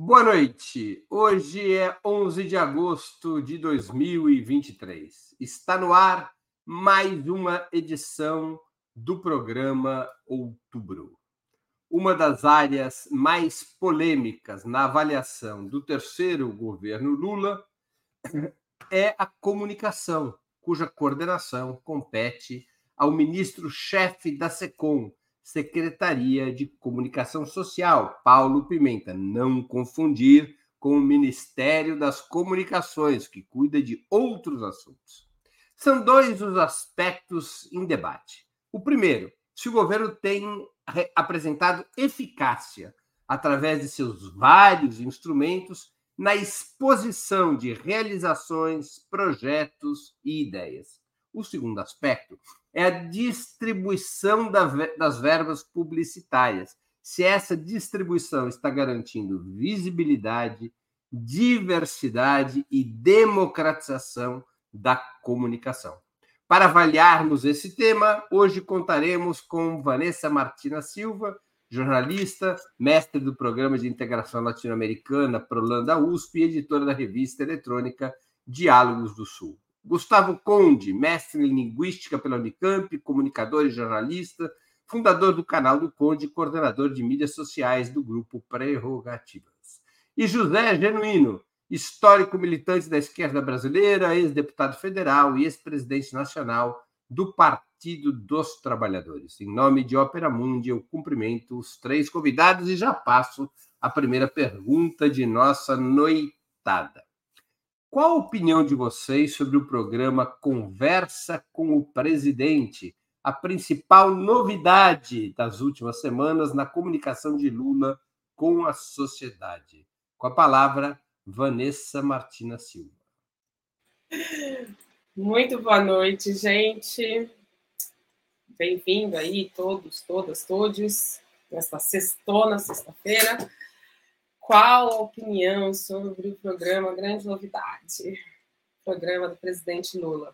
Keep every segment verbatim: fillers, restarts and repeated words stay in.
Boa noite. Hoje é onze de agosto de dois mil e vinte e três. Está no ar mais uma edição do programa Outubro. Uma das áreas mais polêmicas na avaliação do terceiro governo Lula é a comunicação, cuja coordenação compete ao ministro-chefe da SECOM, Secretaria de Comunicação Social, Paulo Pimenta. Não confundir com o Ministério das Comunicações, que cuida de outros assuntos. São dois os aspectos em debate. O primeiro, se o governo tem apresentado eficácia através de seus vários instrumentos na exposição de realizações, projetos e ideias. O segundo aspecto é a distribuição das verbas publicitárias. Se essa distribuição está garantindo visibilidade, diversidade e democratização da comunicação. Para avaliarmos esse tema, hoje contaremos com Vanessa Martina Silva, jornalista, mestre do Programa de Integração Latino-Americana Prolan da U S P e editora da revista eletrônica Diálogos do Sul. Gustavo Conde, mestre em Linguística pela Unicamp, comunicador e jornalista, fundador do canal do Conde e coordenador de mídias sociais do grupo Prerrogativas. E José Genuíno, histórico militante da esquerda brasileira, ex-deputado federal e ex-presidente nacional do Partido dos Trabalhadores. Em nome de Ópera Mundi, eu cumprimento os três convidados e já passo a primeira pergunta de nossa noitada. Qual a opinião de vocês sobre o programa Conversa com o Presidente, a principal novidade das últimas semanas na comunicação de Lula com a sociedade? Com a palavra, Vanessa Martina Silva. Muito boa noite, gente. Bem-vindo aí, todos, todas, todes, nesta sextona, sexta-feira. Qual a opinião sobre o programa Grande Novidade? Programa do presidente Lula.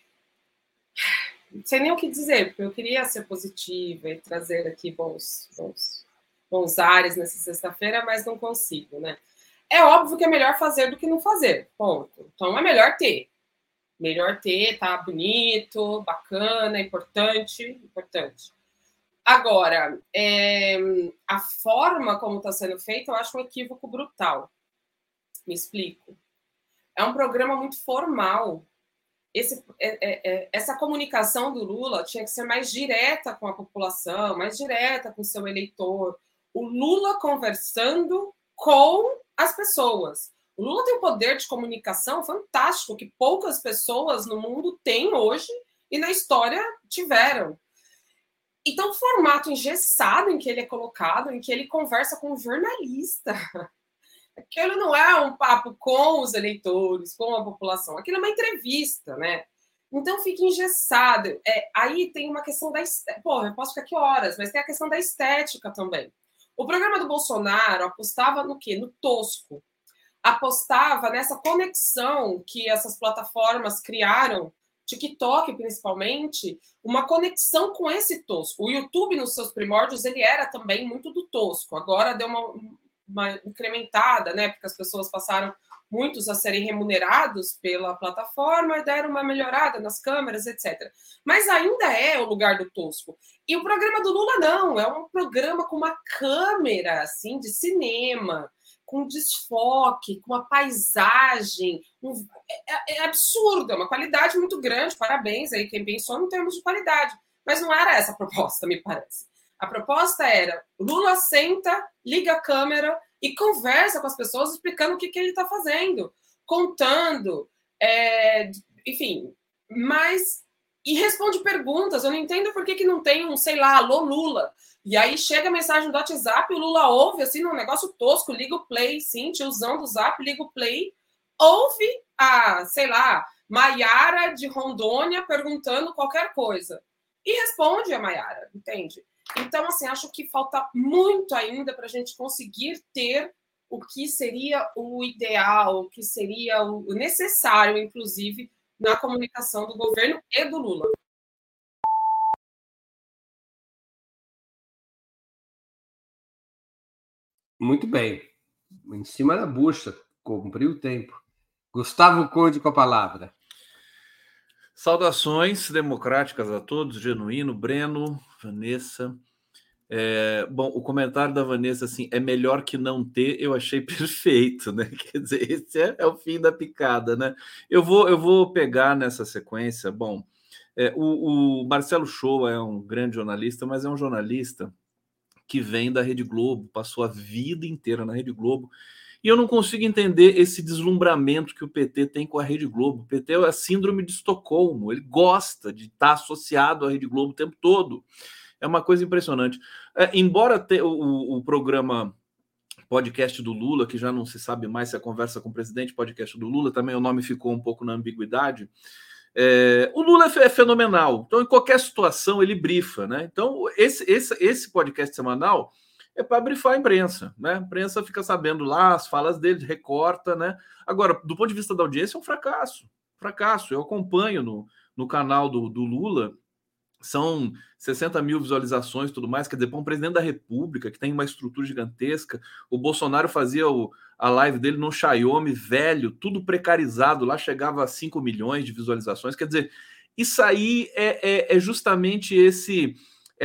Não sei nem o que dizer, porque eu queria ser positiva e trazer aqui bons, bons, bons ares nessa sexta-feira, mas não consigo, né? É óbvio que é melhor fazer do que não fazer, ponto. Então é melhor ter. Melhor ter, tá bonito, bacana, importante, importante. Agora, é, a forma como está sendo feita, eu acho um equívoco brutal. Me explico. É um programa muito formal. Esse, é, é, essa comunicação do Lula tinha que ser mais direta com a população, mais direta com o seu eleitor. O Lula conversando com as pessoas. O Lula tem um poder de comunicação fantástico que poucas pessoas no mundo têm hoje e na história tiveram. Então, o formato engessado em que ele é colocado, em que ele conversa com um jornalista, aquilo não é um papo com os eleitores, com a população, aquilo é uma entrevista, né? Então, fica engessado. É, aí tem uma questão da estética. Porra, eu posso ficar aqui horas, mas tem a questão da estética também. O programa do Bolsonaro apostava no quê? No tosco. Apostava nessa conexão que essas plataformas criaram, TikTok principalmente, uma conexão com esse tosco. O YouTube, nos seus primórdios, ele era também muito do tosco. Agora deu uma, uma incrementada, né? Porque as pessoas passaram, muitos a serem remunerados pela plataforma e deram uma melhorada nas câmeras, etcétera. Mas ainda é o lugar do tosco. E o programa do Lula não, é um programa com uma câmera, assim, de cinema, com desfoque, com uma paisagem. Um, é, é absurdo, é uma qualidade muito grande, parabéns aí quem pensou em termos de qualidade. Mas não era essa a proposta, me parece. A proposta era, Lula senta, liga a câmera e conversa com as pessoas explicando o que, que ele está fazendo, contando, é, enfim, mas... E responde perguntas, eu não entendo por que, que não tem um, sei lá, alô Lula. E aí chega a mensagem do WhatsApp, o Lula ouve, assim, num negócio tosco, liga o play, sim, tiozão do Zap, liga o play, ouve a, sei lá, Maiara de Rondônia perguntando qualquer coisa. E responde a Maiara, entende? Então, assim, acho que falta muito ainda para a gente conseguir ter o que seria o ideal, o que seria o necessário, inclusive, na comunicação do governo e do Lula. Muito bem. em cima da bucha, cumpriu o tempo. Gustavo Conde com a palavra. Saudações democráticas a todos, Genuíno, Breno, Vanessa. É, bom, o comentário da Vanessa, assim, é melhor que não ter, eu achei perfeito, né? Quer dizer, esse é, é o fim da picada, né? Eu vou, eu vou pegar nessa sequência. Bom, é, o, o Marcelo Shoa é um grande jornalista, mas é um jornalista que vem da Rede Globo, passou a vida inteira na Rede Globo, e eu não consigo entender esse deslumbramento que o P T tem com a Rede Globo. O P T é a síndrome de Estocolmo, ele gosta de estar associado à Rede Globo o tempo todo. É uma coisa impressionante. É, embora te, o, o programa podcast do Lula, que já não se sabe mais se é Conversa com o Presidente, podcast do Lula, também o nome ficou um pouco na ambiguidade. É, o Lula é fenomenal. Então, em qualquer situação, ele brifa, né? Então, esse, esse, esse podcast semanal é para brifar a imprensa, né? A imprensa fica sabendo lá as falas dele, recorta, né? Agora, do ponto de vista da audiência, é um fracasso. Fracasso. Eu acompanho no, no canal do, do Lula. São sessenta mil visualizações e tudo mais. Quer dizer, para um presidente da República que tem uma estrutura gigantesca, o Bolsonaro fazia o, a live dele num Xiaomi velho, tudo precarizado, lá chegava a cinco milhões de visualizações. Quer dizer, isso aí é, é, é justamente esse,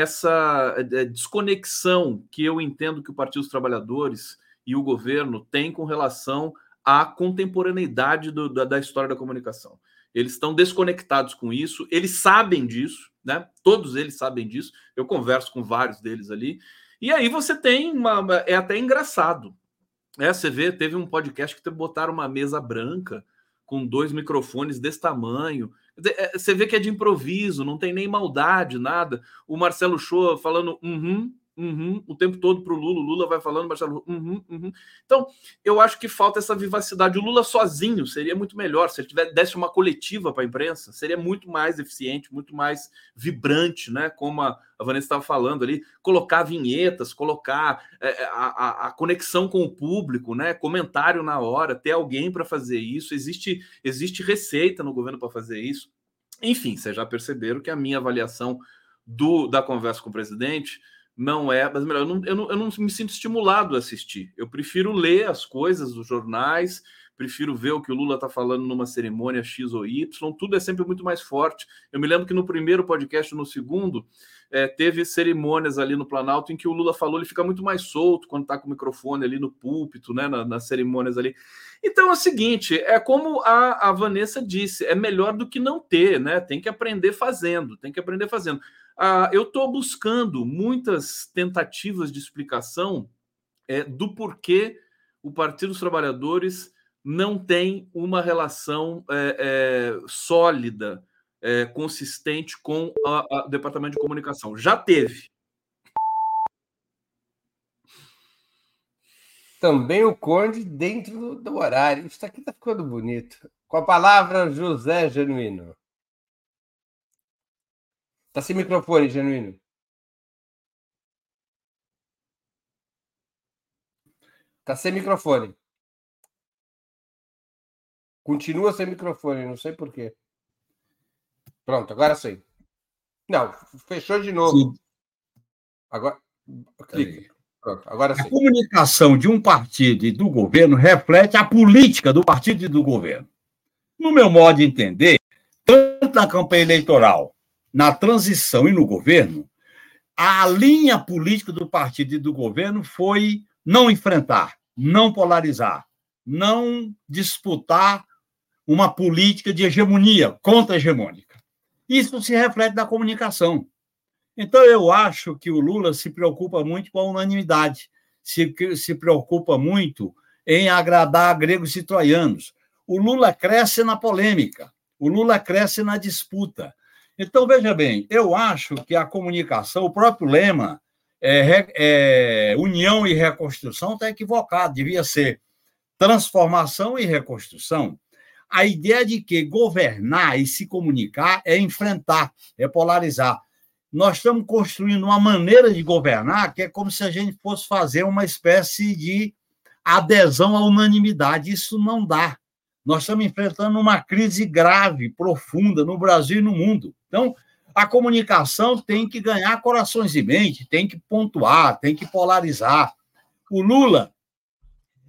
essa desconexão que eu entendo que o Partido dos Trabalhadores e o governo têm com relação à contemporaneidade do, da, da história da comunicação. Eles estão desconectados com isso, eles sabem disso, né? Todos eles sabem disso. Eu converso com vários deles ali. E aí você tem uma... É até engraçado. É, você vê, teve um podcast que botaram uma mesa branca com dois microfones desse tamanho. Você vê que é de improviso, não tem nem maldade, nada. O Marcelo Shoa falando uhum, uhum, o tempo todo para o Lula. O Lula vai falando, Marcelo, uhum, uhum. Então, eu acho que falta essa vivacidade. O Lula sozinho seria muito melhor. Se ele tivesse, desse uma coletiva para a imprensa, seria muito mais eficiente, muito mais vibrante, né? Como a, a Vanessa estava falando ali, colocar vinhetas, colocar é, a, a, a conexão com o público, né? Comentário na hora, ter alguém para fazer isso. Existe, existe receita no governo para fazer isso. Enfim, vocês já perceberam que a minha avaliação do, da conversa com o presidente não é, mas melhor, eu não, eu, não, eu não me sinto estimulado a assistir. Eu prefiro ler as coisas dos jornais, prefiro ver o que o Lula está falando numa cerimônia X ou Y, tudo é sempre muito mais forte. Eu me lembro que no primeiro podcast, no segundo, é, teve cerimônias ali no Planalto em que o Lula falou, ele fica muito mais solto quando está com o microfone ali no púlpito, né, na, nas cerimônias ali. Então é o seguinte, é como a, a Vanessa disse, é melhor do que não ter, né? Tem que aprender fazendo, tem que aprender fazendo. Ah, eu estou buscando muitas tentativas de explicação é, do porquê o Partido dos Trabalhadores não tem uma relação é, é, sólida, é, consistente com o Departamento de Comunicação. Já teve. Também o Conde dentro do, do horário. Isso aqui está ficando bonito. Com a palavra, José Genuíno. Está sem microfone, Genuíno. Está sem microfone. Continua sem microfone, não sei por quê. Pronto, agora sim. Não, fechou de novo. Sim. Agora, clica. Pronto, agora sim. A comunicação de um partido e do governo reflete a política do partido e do governo. No meu modo de entender, tanto na campanha eleitoral, na transição e no governo, a linha política do partido e do governo foi não enfrentar, não polarizar, não disputar uma política de hegemonia contra-hegemônica. Isso se reflete na comunicação. Então, eu acho que o Lula se preocupa muito com a unanimidade, se, se preocupa muito em agradar gregos e troianos. O Lula cresce na polêmica, o Lula cresce na disputa. Então, veja bem, eu acho que a comunicação, o próprio lema, é, é, união e reconstrução, está equivocado, devia ser transformação e reconstrução. A ideia de que governar e se comunicar é enfrentar, é polarizar. Nós estamos construindo uma maneira de governar que é como se a gente fosse fazer uma espécie de adesão à unanimidade. Isso não dá. Nós estamos enfrentando uma crise grave, profunda, no Brasil e no mundo. Então, a comunicação tem que ganhar corações e mente, tem que pontuar, tem que polarizar. O Lula,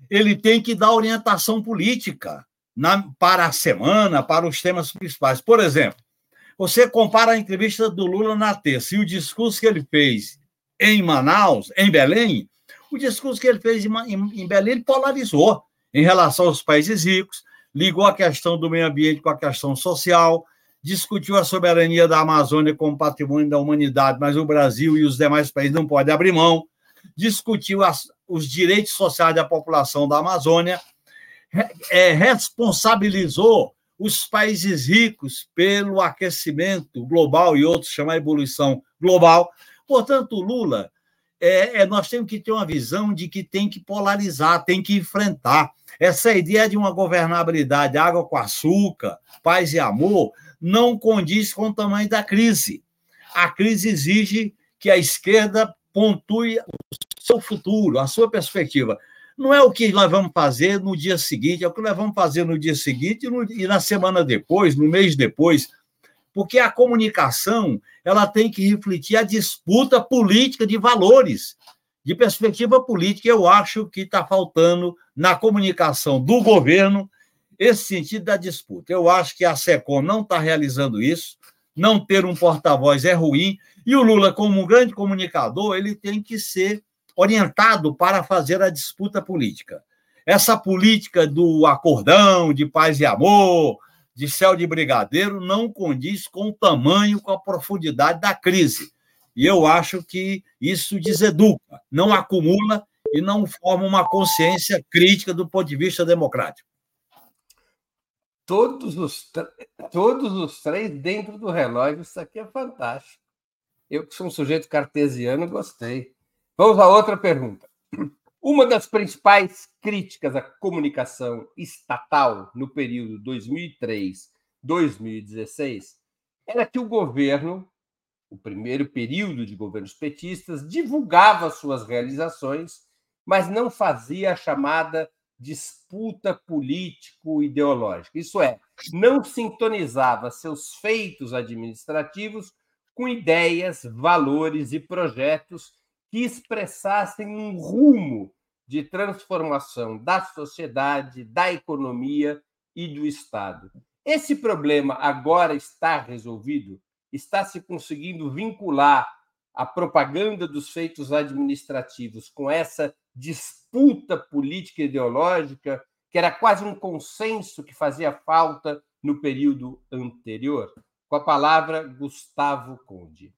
ele tem que dar orientação política na, para a semana, para os temas principais. Por exemplo, você compara a entrevista do Lula na terça e o discurso que ele fez em Manaus, em Belém, o discurso que ele fez em, em, em Belém, ele polarizou em relação aos países ricos, ligou a questão do meio ambiente com a questão social, discutiu a soberania da Amazônia como patrimônio da humanidade, mas o Brasil e os demais países não podem abrir mão, discutiu as, os direitos sociais da população da Amazônia, é, responsabilizou os países ricos pelo aquecimento global e outros chamam de evolução global. Portanto, o Lula, é, é, nós temos que ter uma visão de que tem que polarizar, tem que enfrentar. Essa ideia de uma governabilidade água com açúcar, paz e amor, não condiz com o tamanho da crise. A crise exige que a esquerda pontue o seu futuro, a sua perspectiva. Não é o que nós vamos fazer no dia seguinte, é o que nós vamos fazer no dia seguinte e, no, e na semana depois, no mês depois, porque a comunicação ela tem que refletir a disputa política de valores, de perspectiva política. Eu acho que está faltando na comunicação do governo esse sentido da disputa. Eu acho que a SECOM não está realizando isso, não ter um porta-voz é ruim, e o Lula, como um grande comunicador, ele tem que ser orientado para fazer a disputa política. Essa política do acordão, de paz e amor, de céu de brigadeiro, não condiz com o tamanho, com a profundidade da crise. E eu acho que isso deseduca, não acumula e não forma uma consciência crítica do ponto de vista democrático. Todos os, todos os três dentro do relógio, isso aqui é fantástico. Eu, que sou um sujeito cartesiano, gostei. Vamos a outra pergunta. Uma das principais críticas à comunicação estatal no período dois mil e três a dois mil e dezesseis era que o governo, o primeiro período de governos petistas, divulgava suas realizações, mas não fazia a chamada disputa político-ideológica. Isso é, não sintonizava seus feitos administrativos com ideias, valores e projetos que expressassem um rumo de transformação da sociedade, da economia e do Estado. Esse problema agora está resolvido? Está se conseguindo vincular a propaganda dos feitos administrativos com essa disputa política e ideológica, que era quase um consenso que fazia falta no período anterior? Com a palavra, Gustavo Conde.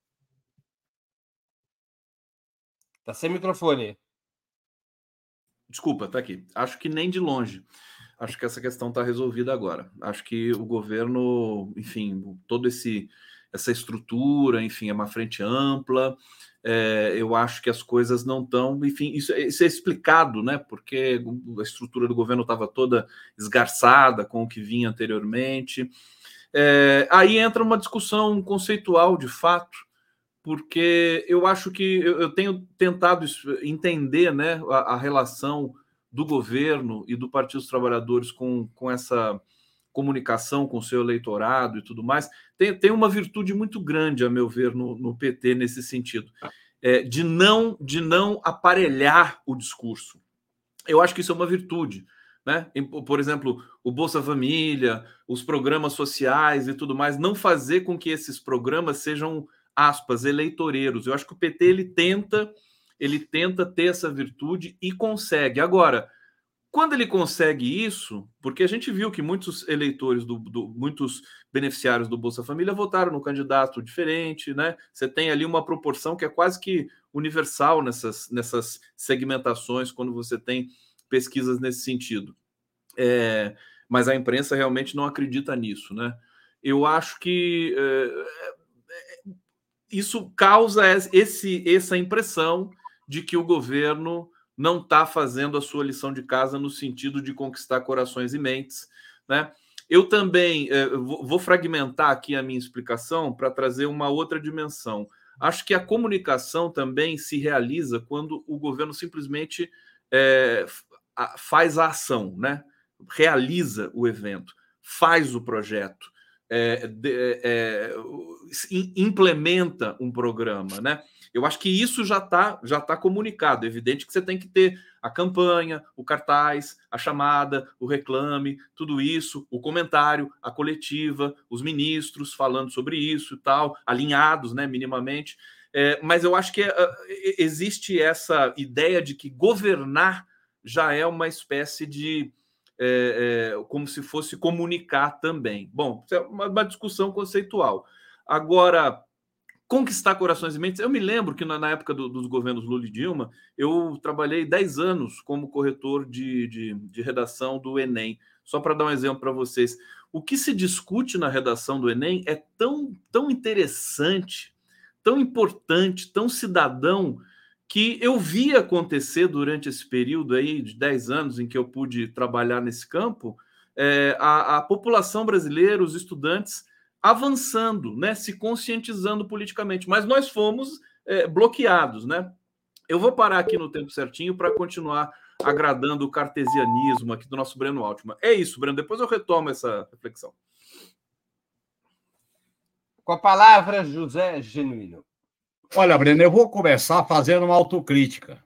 Está sem microfone. Desculpa, está aqui. Acho que nem de longe. Acho que essa questão está resolvida agora. Acho que o governo, enfim, todo esse essa estrutura, enfim, é uma frente ampla. É, eu acho que as coisas não estão, enfim, isso, isso é explicado, né? Porque a estrutura do governo estava toda esgarçada com o que vinha anteriormente. É, aí entra uma discussão conceitual, de fato, porque eu acho que eu, eu tenho tentado entender, né, a, a relação do governo e do Partido dos Trabalhadores com, com essa comunicação com o seu eleitorado e tudo mais. Tem, tem uma virtude muito grande, a meu ver, no, no P T nesse sentido, é, de, não, de não aparelhar o discurso. Eu acho que isso é uma virtude, né? Por exemplo, o Bolsa Família, os programas sociais e tudo mais, não fazer com que esses programas sejam, aspas, eleitoreiros. Eu acho que o P T ele tenta, ele tenta ter essa virtude e consegue. Agora, quando ele consegue isso, porque a gente viu que muitos eleitores, do, do, muitos beneficiários do Bolsa Família votaram no candidato diferente, né? Você tem ali uma proporção que é quase que universal nessas, nessas segmentações, quando você tem pesquisas nesse sentido. É, mas a imprensa realmente não acredita nisso, né? Eu acho que é, isso causa esse, essa impressão de que o governo não está fazendo a sua lição de casa no sentido de conquistar corações e mentes, né? Eu também é, vou fragmentar aqui a minha explicação para trazer uma outra dimensão. Acho que a comunicação também se realiza quando o governo simplesmente é, faz a ação, né? Realiza o evento, faz o projeto, é, de, é, implementa um programa, né? Eu acho que isso já está já tá comunicado. É evidente que você tem que ter a campanha, o cartaz, a chamada, o reclame, tudo isso, o comentário, a coletiva, os ministros falando sobre isso e tal, alinhados, né, minimamente. É, mas eu acho que é, existe essa ideia de que governar já é uma espécie de... É, é, como se fosse comunicar também. Bom, isso é uma, uma discussão conceitual. Agora... conquistar corações e mentes. Eu me lembro que na, na época do, dos governos Lula e Dilma, eu trabalhei dez anos como corretor de, de, de redação do Enem. Só para dar um exemplo para vocês. O que se discute na redação do Enem é tão, tão interessante, tão importante, tão cidadão, que eu vi acontecer durante esse período aí de dez anos em que eu pude trabalhar nesse campo, é, a, a população brasileira, os estudantes, avançando, né, se conscientizando politicamente, mas nós fomos é, bloqueados, né? Eu vou parar aqui no tempo certinho para continuar agradando o cartesianismo aqui do nosso Breno Altman. É isso, Breno, depois eu retomo essa reflexão. Com a palavra, José Genuíno. Olha, Breno, eu vou começar fazendo uma autocrítica.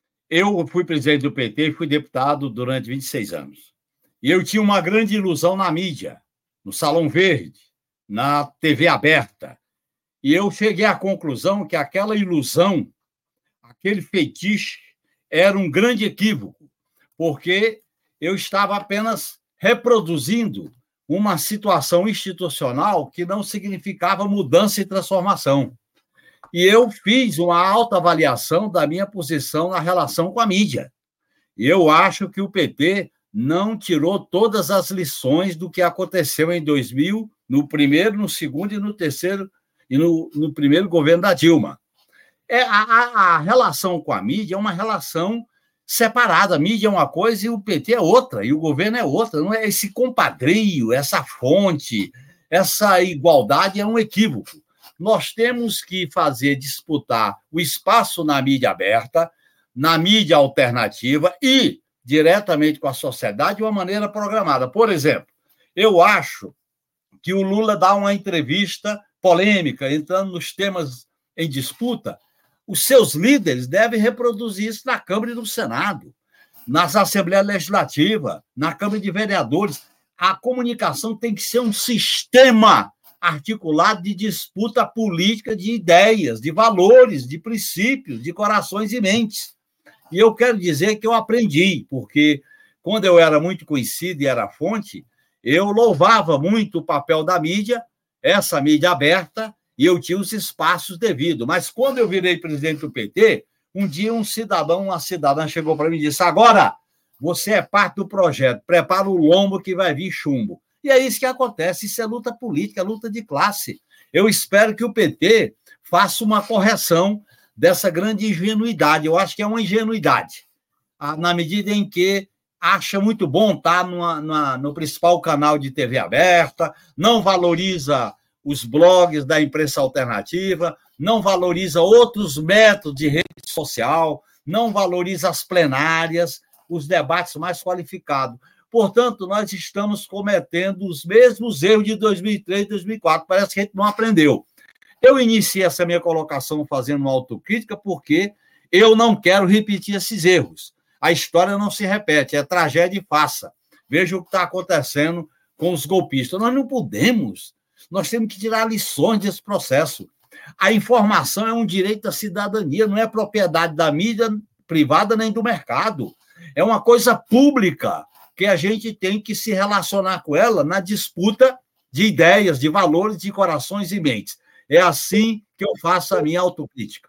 Eu fui presidente do P T e fui deputado durante vinte e seis anos. E eu tinha uma grande ilusão na mídia, no Salão Verde, na T V aberta. E eu cheguei à conclusão que aquela ilusão, aquele fetiche, era um grande equívoco, porque eu estava apenas reproduzindo uma situação institucional que não significava mudança e transformação. E eu fiz uma autoavaliação da minha posição na relação com a mídia. E eu acho que o P T não tirou todas as lições do que aconteceu em dois mil, no primeiro, no segundo e no terceiro, e no, no primeiro governo da Dilma. É, a, a, a relação com a mídia é uma relação separada. A mídia é uma coisa e o P T é outra, e o governo é outra. Não é esse compadrio, essa fonte, essa igualdade é um equívoco. Nós temos que fazer disputar o espaço na mídia aberta, na mídia alternativa e diretamente com a sociedade de uma maneira programada. Por exemplo, eu acho que o Lula dá uma entrevista polêmica, entrando nos temas em disputa. Os seus líderes devem reproduzir isso na Câmara e no Senado, nas Assembleias Legislativas, na Câmara de Vereadores. A comunicação tem que ser um sistema articulado de disputa política de ideias, de valores, de princípios, de corações e mentes. E eu quero dizer que eu aprendi, porque quando eu era muito conhecido e era fonte, eu louvava muito o papel da mídia, essa mídia aberta, e eu tinha os espaços devidos. Mas quando eu virei presidente do P T, um dia um cidadão, uma cidadã chegou para mim e disse: agora você é parte do projeto, prepara o lombo que vai vir chumbo. E é isso que acontece, isso é luta política, luta de classe. Eu espero que o P T faça uma correção dessa grande ingenuidade. Eu acho que é uma ingenuidade, na medida em que acha muito bom estar numa, numa, no principal canal de T V aberta, não valoriza os blogs da imprensa alternativa, não valoriza outros métodos de rede social, não valoriza as plenárias, os debates mais qualificados. Portanto, nós estamos cometendo os mesmos erros de dois mil e três, dois mil e quatro. Parece que a gente não aprendeu. Eu iniciei essa minha colocação fazendo uma autocrítica porque eu não quero repetir esses erros. A história não se repete, é tragédia e farsa. Veja o que está acontecendo com os golpistas. Nós não podemos, nós temos que tirar lições desse processo. A informação é um direito da cidadania, não é propriedade da mídia privada nem do mercado. É uma coisa pública que a gente tem que se relacionar com ela na disputa de ideias, de valores, de corações e mentes. É assim que eu faço a minha autocrítica.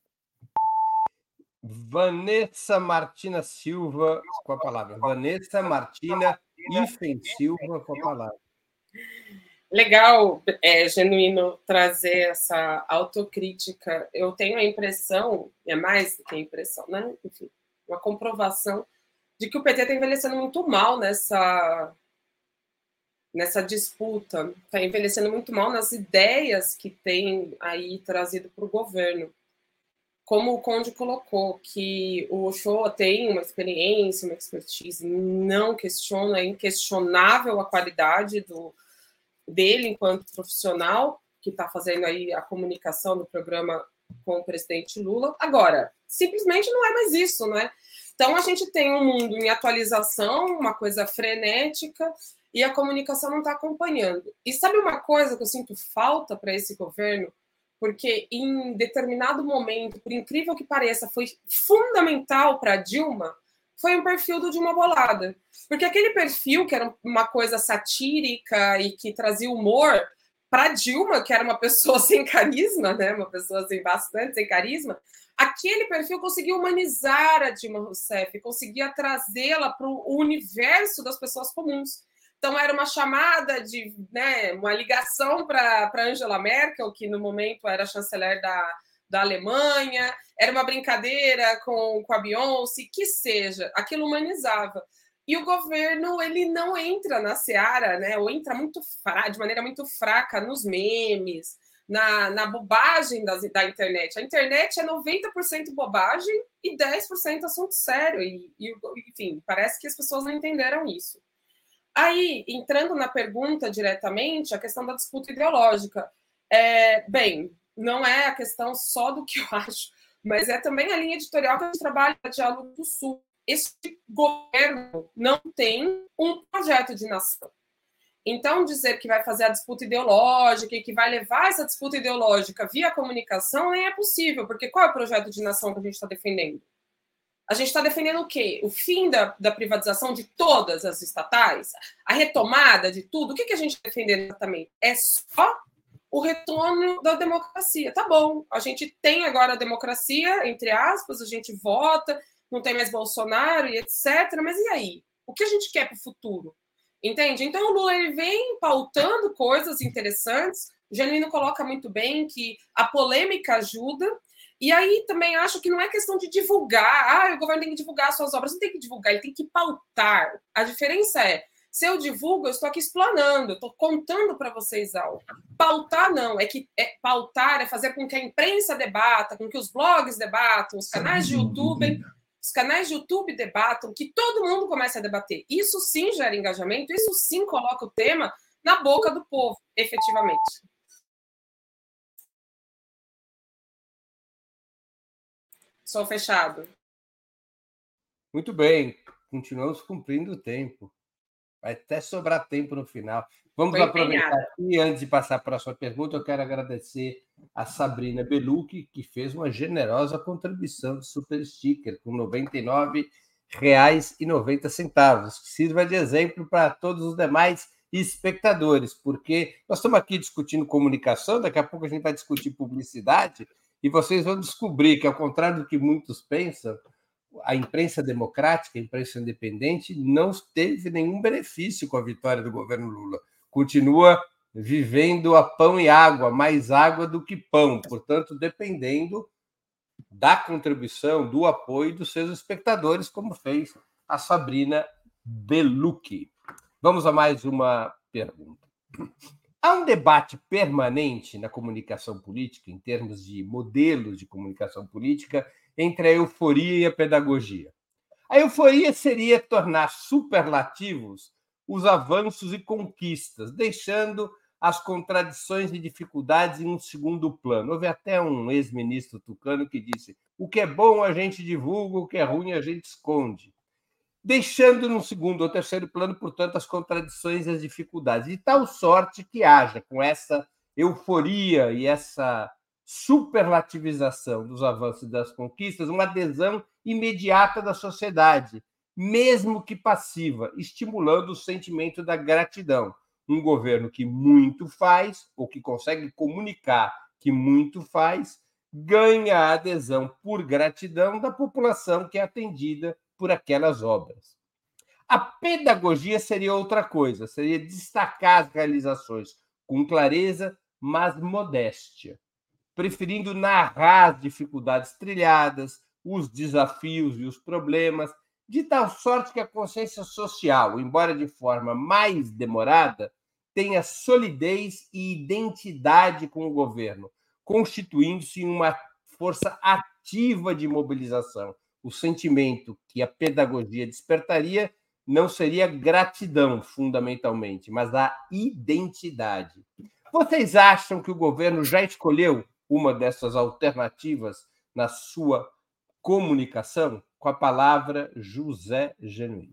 Vanessa Martina Silva, com a palavra. Vanessa Martina Ifen Silva, com a palavra. Legal, é genuíno trazer essa autocrítica. Eu tenho a impressão, é mais do que a impressão, né? Enfim, uma comprovação de que o P T está envelhecendo muito mal nessa, nessa disputa, está envelhecendo muito mal nas ideias que tem aí trazido para o governo. Como o Conde colocou, que o Uchoa tem uma experiência, uma expertise, não questiona, é inquestionável a qualidade do, dele enquanto profissional, que está fazendo aí a comunicação do programa com o presidente Lula. Agora, simplesmente não é mais isso, né? Então, a gente tem um mundo em atualização, uma coisa frenética, e a comunicação não está acompanhando. E sabe uma coisa que eu sinto falta para esse governo? Porque em determinado momento, por incrível que pareça, foi fundamental para Dilma, foi um perfil do Dilma Bolada. Porque aquele perfil, que era uma coisa satírica e que trazia humor, para Dilma, que era uma pessoa sem carisma, né? Uma pessoa sem bastante sem carisma, aquele perfil conseguia humanizar a Dilma Rousseff, conseguia trazê-la para o universo das pessoas comuns. Então, era uma chamada de, né, uma ligação para Angela Merkel, que no momento era chanceler da, da Alemanha, era uma brincadeira com, com a Beyoncé, que seja, aquilo humanizava. E o governo, ele não entra na seara, né, ou entra muito fra- de maneira muito fraca nos memes, na, na bobagem das, da internet. A internet é noventa por cento bobagem e dez por cento assunto sério. E, e, enfim, parece que as pessoas não entenderam isso. Aí, entrando na pergunta diretamente, a questão da disputa ideológica. É, bem, não é a questão só do que eu acho, mas é também a linha editorial que a gente trabalha no Diálogo do Sul. Esse governo não tem um projeto de nação. Então, dizer que vai fazer a disputa ideológica e que vai levar essa disputa ideológica via comunicação nem é possível, porque qual é o projeto de nação que a gente está defendendo? A gente está defendendo o quê? O fim da, da privatização de todas as estatais? A retomada de tudo? O que, que a gente está defendendo exatamente? É só o retorno da democracia. Tá bom, a gente tem agora a democracia, entre aspas, a gente vota, não tem mais Bolsonaro e etcétera. Mas e aí? O que a gente quer para o futuro? Entende? Então o Lula ele vem pautando coisas interessantes. O Genuíno coloca muito bem que a polêmica ajuda. E aí também acho que não é questão de divulgar. Ah, o governo tem que divulgar suas obras. Não tem que divulgar, ele tem que pautar. A diferença é, se eu divulgo, eu estou aqui explanando, eu estou contando para vocês algo. Pautar não, é que é, pautar é fazer com que a imprensa debata, com que os blogs debatam, os canais de YouTube, os canais de YouTube debatam, que todo mundo comece a debater. Isso sim gera engajamento, isso sim coloca o tema na boca do povo, efetivamente. Sou fechado. Muito bem, continuamos cumprindo o tempo. Vai até sobrar tempo no final. Vamos Foi aproveitar empenhada. aqui, antes de passar para a próxima pergunta, eu quero agradecer a Sabrina Belucchi, que fez uma generosa contribuição de super sticker, com noventa e nove reais e noventa centavos, que sirva de exemplo para todos os demais espectadores, porque nós estamos aqui discutindo comunicação, daqui a pouco a gente vai discutir publicidade, e vocês vão descobrir que, ao contrário do que muitos pensam, a imprensa democrática, a imprensa independente, não teve nenhum benefício com a vitória do governo Lula. Continua vivendo a pão e água, mais água do que pão, portanto, dependendo da contribuição, do apoio dos seus espectadores, como fez a Sabrina Belucchi. Vamos a mais uma pergunta. Há um debate permanente na comunicação política, em termos de modelos de comunicação política, entre a euforia e a pedagogia. A euforia seria tornar superlativos os avanços e conquistas, deixando as contradições e dificuldades em um segundo plano. Houve até um ex-ministro tucano que disse: o que é bom a gente divulga, o que é ruim a gente esconde. Deixando num segundo ou terceiro plano, portanto, as contradições e as dificuldades. De tal sorte que haja, com essa euforia e essa superlativização dos avanços e das conquistas, uma adesão imediata da sociedade, mesmo que passiva, estimulando o sentimento da gratidão. Um governo que muito faz, ou que consegue comunicar que muito faz, ganha a adesão por gratidão da população que é atendida por aquelas obras. A pedagogia seria outra coisa, seria destacar as realizações com clareza, mas modéstia, preferindo narrar as dificuldades trilhadas, os desafios e os problemas, de tal sorte que a consciência social, embora de forma mais demorada, tenha solidez e identidade com o governo, constituindo-se uma força ativa de mobilização. O sentimento que a pedagogia despertaria não seria gratidão, fundamentalmente, mas a identidade. Vocês acham que o governo já escolheu uma dessas alternativas na sua comunicação? Com a palavra José Genuíno.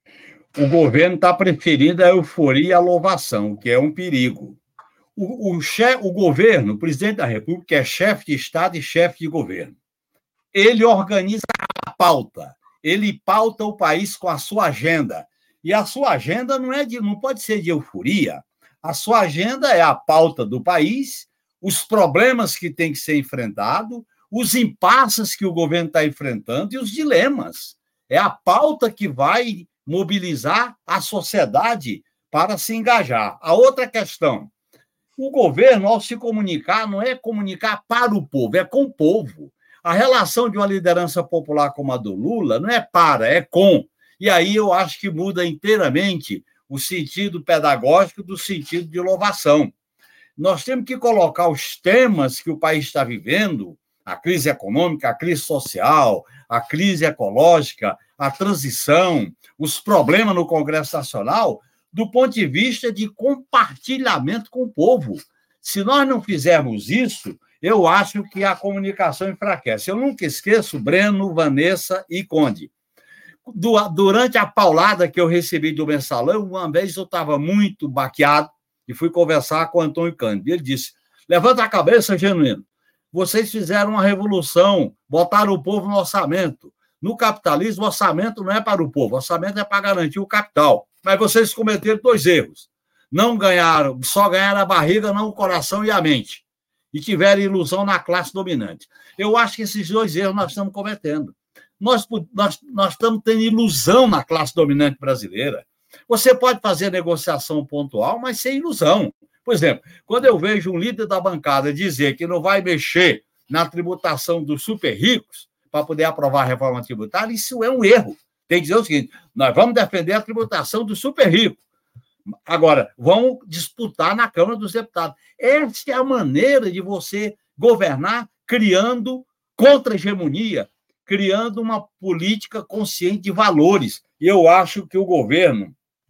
O governo está preferindo a euforia e a louvação, que é um perigo. O, o, chefe, o governo, o presidente da República, é chefe de Estado e chefe de governo. Ele organiza a pauta, ele pauta o país com a sua agenda. E a sua agenda não, é de, não pode ser de euforia. A sua agenda é a pauta do país, os problemas que têm que ser enfrentados, os impasses que o governo está enfrentando e os dilemas. É a pauta que vai mobilizar a sociedade para se engajar. A outra questão, o governo, ao se comunicar, não é comunicar para o povo, é com o povo. A relação de uma liderança popular como a do Lula não é para, é com. E aí eu acho que muda inteiramente o sentido pedagógico do sentido de louvação. Nós temos que colocar os temas que o país está vivendo, a crise econômica, a crise social, a crise ecológica, a transição, os problemas no Congresso Nacional, do ponto de vista de compartilhamento com o povo. Se nós não fizermos isso, eu acho que a comunicação enfraquece. Eu nunca esqueço Breno, Vanessa e Conde. Durante a paulada que eu recebi do Mensalão, uma vez eu estava muito baqueado e fui conversar com o Antônio Cândido. Ele disse, levanta a cabeça, Genuíno. Vocês fizeram uma revolução, botaram o povo no orçamento. No capitalismo, o orçamento não é para o povo, o orçamento é para garantir o capital. Mas vocês cometeram dois erros. Não ganharam, só ganharam a barriga, não o coração e a mente. E tiveram ilusão na classe dominante. Eu acho que esses dois erros nós estamos cometendo. Nós, nós, nós estamos tendo ilusão na classe dominante brasileira. Você pode fazer negociação pontual, mas sem ilusão. Por exemplo, quando eu vejo um líder da bancada dizer que não vai mexer na tributação dos super ricos para poder aprovar a reforma tributária, isso é um erro. Tem que dizer o seguinte, nós vamos defender a tributação dos super ricos. Agora, vão disputar na Câmara dos Deputados. Essa é a maneira de você governar criando contra-hegemonia, criando uma política consciente de valores. E eu acho que o governo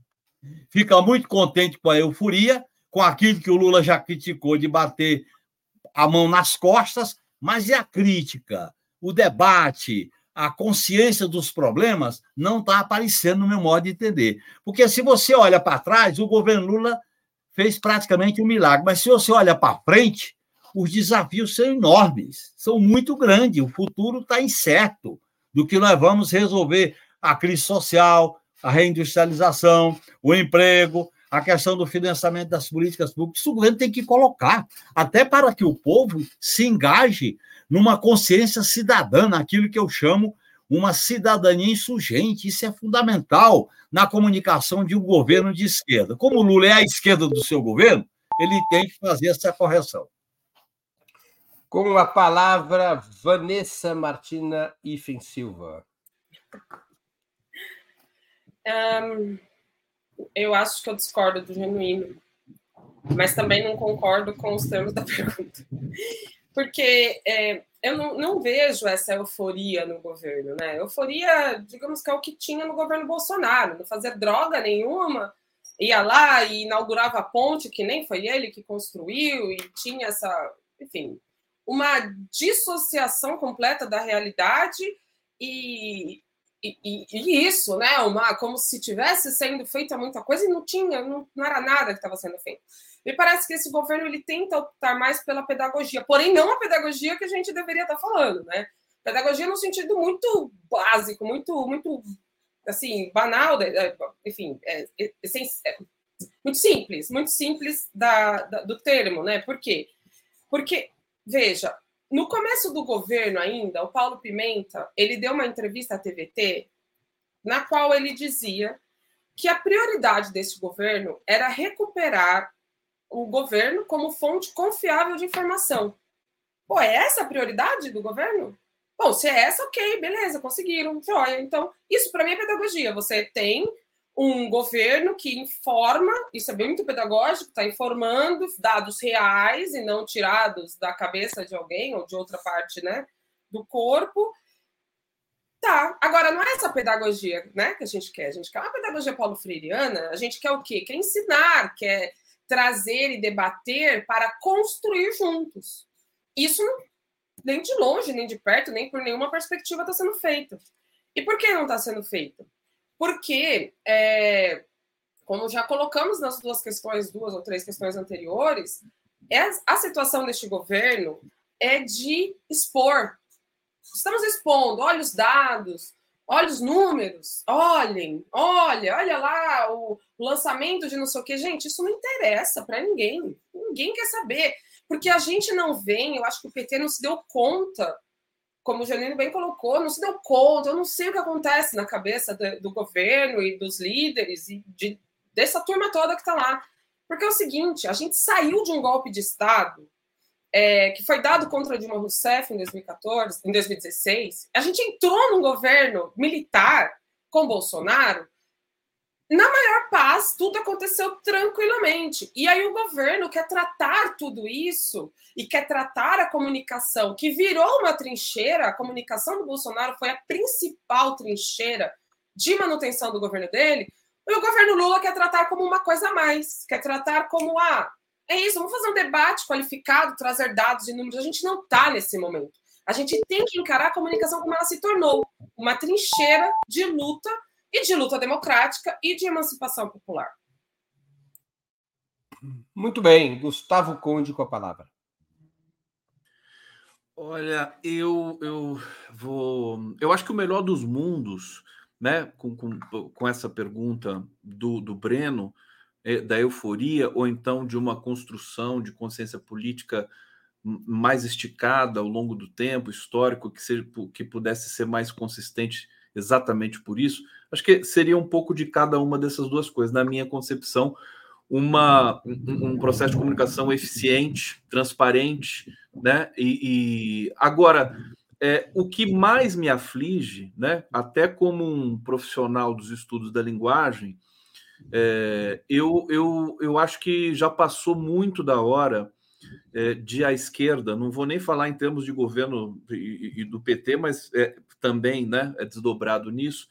fica muito contente com a euforia, com aquilo que o Lula já criticou de bater a mão nas costas, mas e a crítica, o debate, a consciência dos problemas não está aparecendo no meu modo de entender. Porque se você olha para trás, o governo Lula fez praticamente um milagre, mas se você olha para frente, os desafios são enormes, são muito grandes, o futuro está incerto do que nós vamos resolver a crise social, a reindustrialização, o emprego, a questão do financiamento das políticas públicas. Isso o governo tem que colocar, até para que o povo se engaje numa consciência cidadã, naquilo que eu chamo uma cidadania insurgente. Isso é fundamental na comunicação de um governo de esquerda. Como o Lula é a esquerda do seu governo, ele tem que fazer essa correção. Com a palavra, Vanessa Martina Ifen Silva. Um, eu acho que eu discordo do Genuíno, mas também não concordo com os termos da pergunta. Porque é, eu não, não vejo essa euforia no governo, né? Euforia, digamos que é o que tinha no governo Bolsonaro, não fazia droga nenhuma, ia lá e inaugurava a ponte, que nem foi ele que construiu, e tinha essa, enfim, uma dissociação completa da realidade e, e, e isso, né? Uma, como se tivesse sendo feita muita coisa e não tinha, não, não era nada que estava sendo feito. Me parece que esse governo ele tenta optar mais pela pedagogia, porém não a pedagogia que a gente deveria estar falando, né? Pedagogia no sentido muito básico, muito, muito assim, banal, enfim, é, é, é, muito simples, muito simples da, da, do termo, né? Por quê? Porque, veja, no começo do governo ainda, o Paulo Pimenta, ele deu uma entrevista à T V T, na qual ele dizia que a prioridade desse governo era recuperar o governo como fonte confiável de informação. Pô, é essa a prioridade do governo? Bom, se é essa, ok, beleza, conseguiram, joia. Então, isso para mim é pedagogia. Você tem um governo que informa, isso é muito pedagógico, está informando dados reais e não tirados da cabeça de alguém ou de outra parte, né, do corpo. Tá, agora Agora, não é essa pedagogia, né, que a gente quer. A gente quer uma pedagogia paulo freireana. A gente quer o quê? Quer ensinar, quer trazer e debater para construir juntos. Isso não, nem de longe, nem de perto, nem por nenhuma perspectiva está sendo feito. E por que não está sendo feito? Porque, é, como já colocamos nas duas questões, duas ou três questões anteriores, é, a situação deste governo é de expor. Estamos expondo, olha os dados, olha os números, olhem, olha, olha lá o lançamento de não sei o quê. Gente, isso não interessa para ninguém. Ninguém quer saber. Porque a gente não vem, eu acho que o P T não se deu conta, como o Janine bem colocou, não se deu conta, eu não sei o que acontece na cabeça do, do governo e dos líderes e de, dessa turma toda que está lá. Porque é o seguinte, a gente saiu de um golpe de Estado É, que foi dado contra Dilma Rousseff em dois mil e quatorze, em dois mil e dezesseis, a gente entrou num governo militar com Bolsonaro, na maior paz, tudo aconteceu tranquilamente. E aí o governo quer tratar tudo isso e quer tratar a comunicação, que virou uma trincheira, a comunicação do Bolsonaro foi a principal trincheira de manutenção do governo dele, e o governo Lula quer tratar como uma coisa a mais, quer tratar como a... Ah, é isso, vamos fazer um debate qualificado, trazer dados e números. A gente não está nesse momento. A gente tem que encarar a comunicação como ela se tornou, uma trincheira de luta, e de luta democrática e de emancipação popular. Muito bem. Gustavo Conde com a palavra. Olha, eu, eu vou... Eu acho que o melhor dos mundos, né, com, com, com essa pergunta do, do Breno, da euforia, ou então de uma construção de consciência política mais esticada ao longo do tempo, histórico, que, seja, que pudesse ser mais consistente exatamente por isso, acho que seria um pouco de cada uma dessas duas coisas. Na minha concepção, uma, um, um processo de comunicação eficiente, transparente, né? E, e agora, é, o que mais me aflige, né, até como um profissional dos estudos da linguagem, É, eu, eu, eu acho que já passou muito da hora é, de a esquerda, não vou nem falar em termos de governo e, e do P T, mas é, também, né, é desdobrado nisso,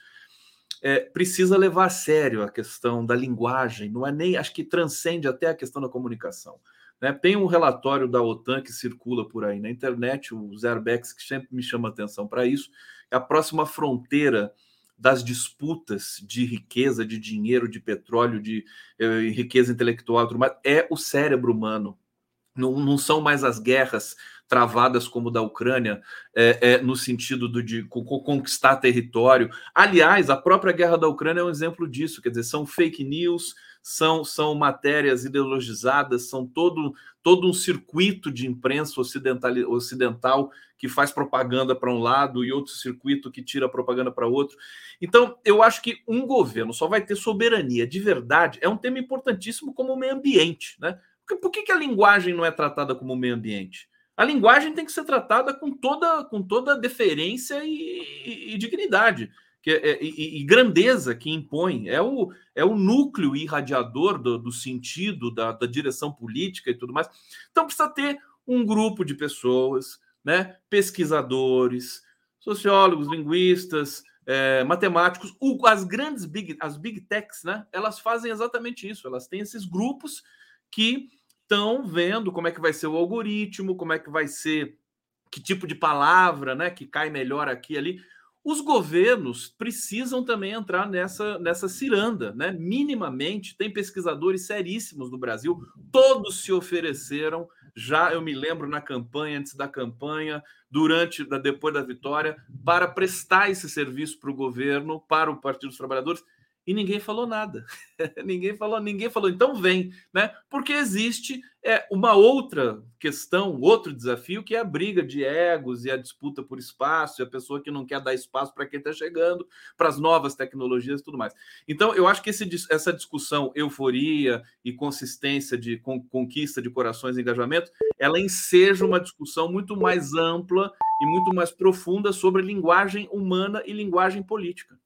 é, precisa levar a sério a questão da linguagem, não é nem, acho que transcende até a questão da comunicação. Né? Tem um relatório da OTAN que circula por aí na internet, o Zerbex, que sempre me chama atenção para isso, é a próxima fronteira das disputas de riqueza, de dinheiro, de petróleo, de eh, riqueza intelectual, tudo mais, é o cérebro humano. Não, não são mais as guerras travadas como da Ucrânia, é, é, no sentido do, de conquistar território. Aliás, a própria guerra da Ucrânia é um exemplo disso, quer dizer, são fake news, são, são matérias ideologizadas, são todo, todo um circuito de imprensa ocidental, ocidental que faz propaganda para um lado e outro circuito que tira propaganda para outro. Então, eu acho que um governo só vai ter soberania de verdade, é um tema importantíssimo como o meio ambiente, né? Por que, que a linguagem não é tratada como meio ambiente? A linguagem tem que ser tratada com toda, com toda deferência e, e, e dignidade que é, e, e grandeza que impõe. É o, é o núcleo irradiador do, do sentido, da, da direção política e tudo mais. Então precisa ter um grupo de pessoas, né, pesquisadores, sociólogos, linguistas, é, matemáticos. O, as grandes big, as big techs, né, elas fazem exatamente isso. Elas têm esses grupos que estão vendo como é que vai ser o algoritmo, como é que vai ser, que tipo de palavra, né, que cai melhor aqui e ali. Os governos precisam também entrar nessa, nessa ciranda, né? Minimamente, tem pesquisadores seríssimos no Brasil, todos se ofereceram, já eu me lembro na campanha, antes da campanha, durante, depois da vitória, para prestar esse serviço para o governo, para o Partido dos Trabalhadores, e ninguém falou nada. ninguém falou, ninguém falou, então vem, né? Porque existe é, uma outra questão, outro desafio, que é a briga de egos e a disputa por espaço, e a pessoa que não quer dar espaço para quem está chegando, para as novas tecnologias e tudo mais. Então, eu acho que esse, essa discussão, euforia e consistência de con, conquista de corações e engajamento, ela enseja uma discussão muito mais ampla e muito mais profunda sobre linguagem humana e linguagem política.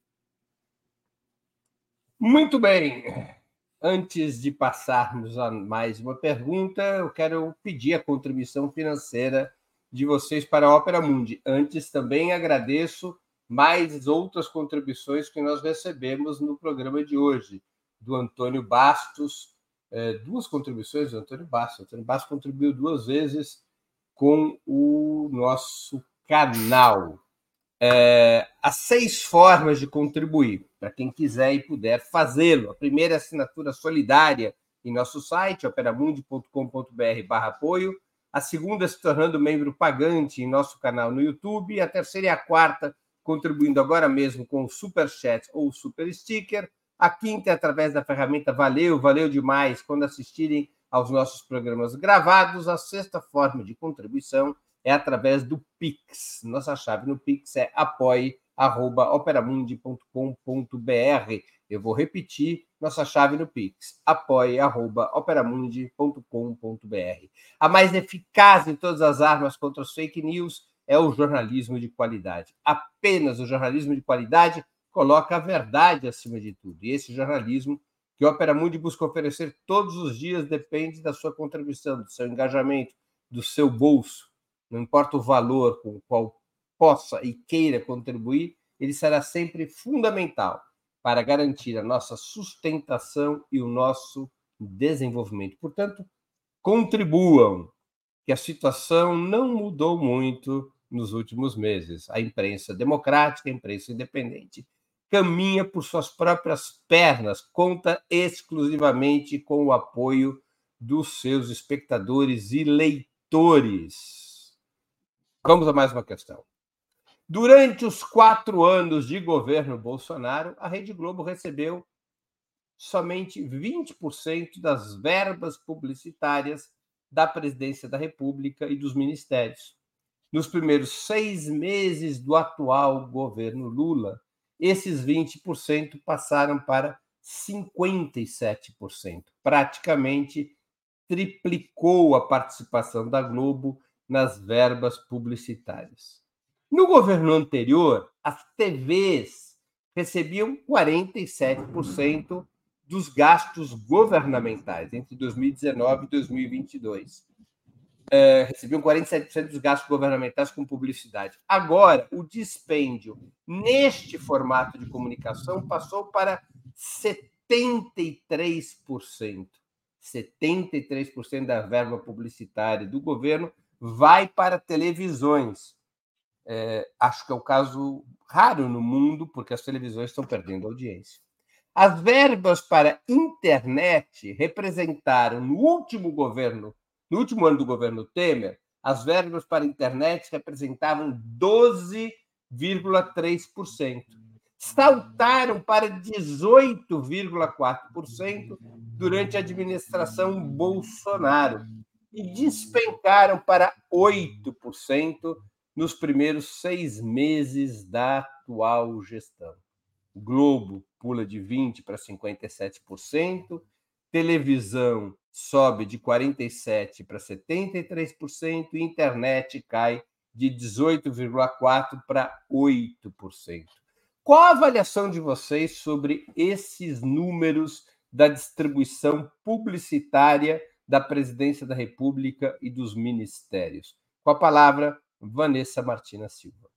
Muito bem. Antes de passarmos a mais uma pergunta, eu quero pedir a contribuição financeira de vocês para a Opera Mundi. Antes, também agradeço mais outras contribuições que nós recebemos no programa de hoje, do Antônio Bastos, é, duas contribuições do Antônio Bastos. O Antônio Bastos contribuiu duas vezes com o nosso canal. É, há seis formas de contribuir, para quem quiser e puder fazê-lo. A primeira é a assinatura solidária em nosso site, operamundi ponto com ponto br barra apoio. A segunda é se tornando membro pagante em nosso canal no YouTube. A terceira e a quarta, contribuindo agora mesmo com o Superchat ou o Super Sticker. A quinta é através da ferramenta Valeu, valeu demais quando assistirem aos nossos programas gravados. A sexta forma de contribuição é através do Pix. Nossa chave no Pix é apoie arroba operamundi ponto com ponto br. Eu vou repetir nossa chave no Pix, apoie arroba operamundi ponto com ponto br. A mais eficaz de todas as armas contra as fake news é o jornalismo de qualidade. Apenas o jornalismo de qualidade coloca a verdade acima de tudo. E esse jornalismo que o Operamundi busca oferecer todos os dias depende da sua contribuição, do seu engajamento, do seu bolso. Não importa o valor com o qual possa e queira contribuir, ele será sempre fundamental para garantir a nossa sustentação e o nosso desenvolvimento. Portanto, contribuam, que a situação não mudou muito nos últimos meses. A imprensa democrática, a imprensa independente, caminha por suas próprias pernas, conta exclusivamente com o apoio dos seus espectadores e leitores. Vamos a mais uma questão. Durante os quatro anos de governo Bolsonaro, a Rede Globo recebeu somente vinte por cento das verbas publicitárias da Presidência da República e dos ministérios. Nos primeiros seis meses do atual governo Lula, esses vinte por cento passaram para cinquenta e sete por cento. Praticamente triplicou a participação da Globo nas verbas publicitárias. No governo anterior, as T Vs recebiam quarenta e sete por cento dos gastos governamentais entre dois mil e dezenove e dois mil e vinte e dois. É, recebiam quarenta e sete por cento dos gastos governamentais com publicidade. Agora, o dispêndio neste formato de comunicação passou para setenta e três por cento. setenta e três por cento da verba publicitária do governo vai para televisões. É, acho que é o caso raro no mundo, porque as televisões estão perdendo audiência. As verbas para internet representaram, no último governo, no último ano do governo Temer, as verbas para internet representavam doze vírgula três por cento. Saltaram para dezoito vírgula quatro por cento durante a administração Bolsonaro e despencaram para oito por cento nos primeiros seis meses da atual gestão. O Globo pula de vinte por cento para cinquenta e sete por cento, televisão sobe de quarenta e sete por cento para setenta e três por cento e internet cai de dezoito vírgula quatro por cento para oito por cento. Qual a avaliação de vocês sobre esses números da distribuição publicitária da Presidência da República e dos ministérios? Com a palavra, Vanessa Martina Silva.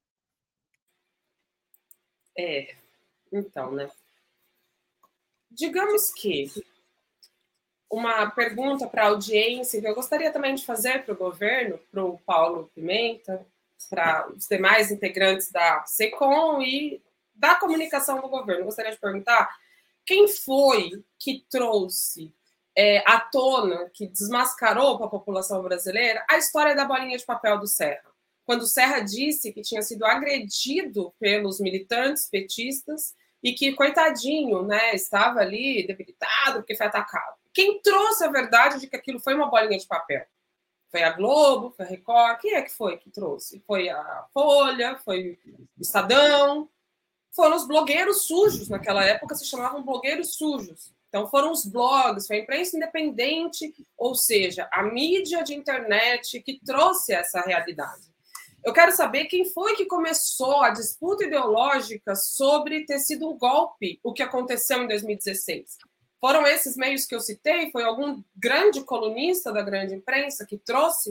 É, então, né? Digamos que uma pergunta para a audiência que eu gostaria também de fazer para o governo, para o Paulo Pimenta, para os demais integrantes da SECOM e da comunicação do governo. Eu gostaria de perguntar quem foi que trouxe é, à tona, que desmascarou para a população brasileira a história da bolinha de papel do Serra. Quando o Serra disse que tinha sido agredido pelos militantes petistas e que, coitadinho, né, estava ali debilitado porque foi atacado. Quem trouxe a verdade de que aquilo foi uma bolinha de papel? Foi a Globo, foi a Record? Quem é que foi que trouxe? Foi a Folha, foi o Estadão? Foram os blogueiros sujos, naquela época se chamavam blogueiros sujos. Então foram os blogs, foi a imprensa independente, ou seja, a mídia de internet que trouxe essa realidade. Eu quero saber quem foi que começou a disputa ideológica sobre ter sido um golpe, o que aconteceu em dois mil e dezesseis. Foram esses meios que eu citei? Foi algum grande colunista da grande imprensa que trouxe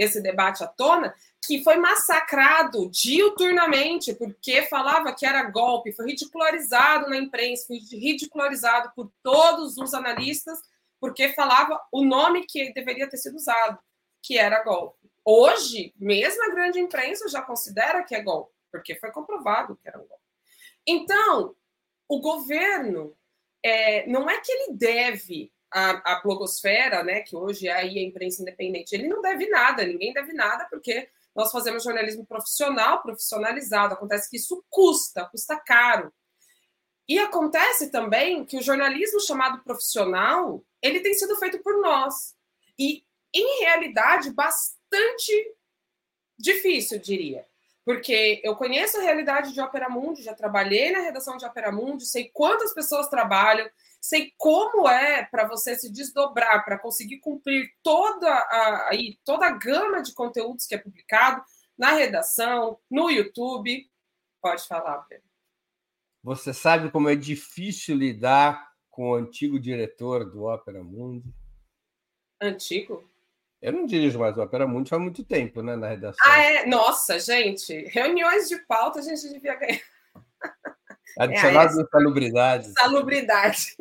esse debate à tona, que foi massacrado diuturnamente, porque falava que era golpe, foi ridicularizado na imprensa, foi ridicularizado por todos os analistas, porque falava o nome que deveria ter sido usado, que era golpe. Hoje, mesmo a grande imprensa já considera que é golpe, porque foi comprovado que era um golpe. Então, o governo, é, não é que ele deve a, a blogosfera, né, que hoje é aí a imprensa independente, ele não deve nada, ninguém deve nada, porque nós fazemos jornalismo profissional, profissionalizado. Acontece que isso custa, custa caro. E acontece também que o jornalismo chamado profissional, ele tem sido feito por nós. E, em realidade, bastante difícil, eu diria. Porque eu conheço a realidade de Opera Mundi, já trabalhei na redação de Opera Mundi, sei quantas pessoas trabalham, sei como é para você se desdobrar, para conseguir cumprir toda a, aí, toda a gama de conteúdos que é publicado na redação, no YouTube. Pode falar, Pedro. Você sabe como é difícil lidar com o antigo diretor do Opera Mundi? Antigo? Eu não dirijo mais o Opera Mundi faz muito tempo, né, na redação. Ah, é? Nossa, gente, reuniões de pauta a gente devia ganhar. Adicionado é, de salubridade. Salubridade.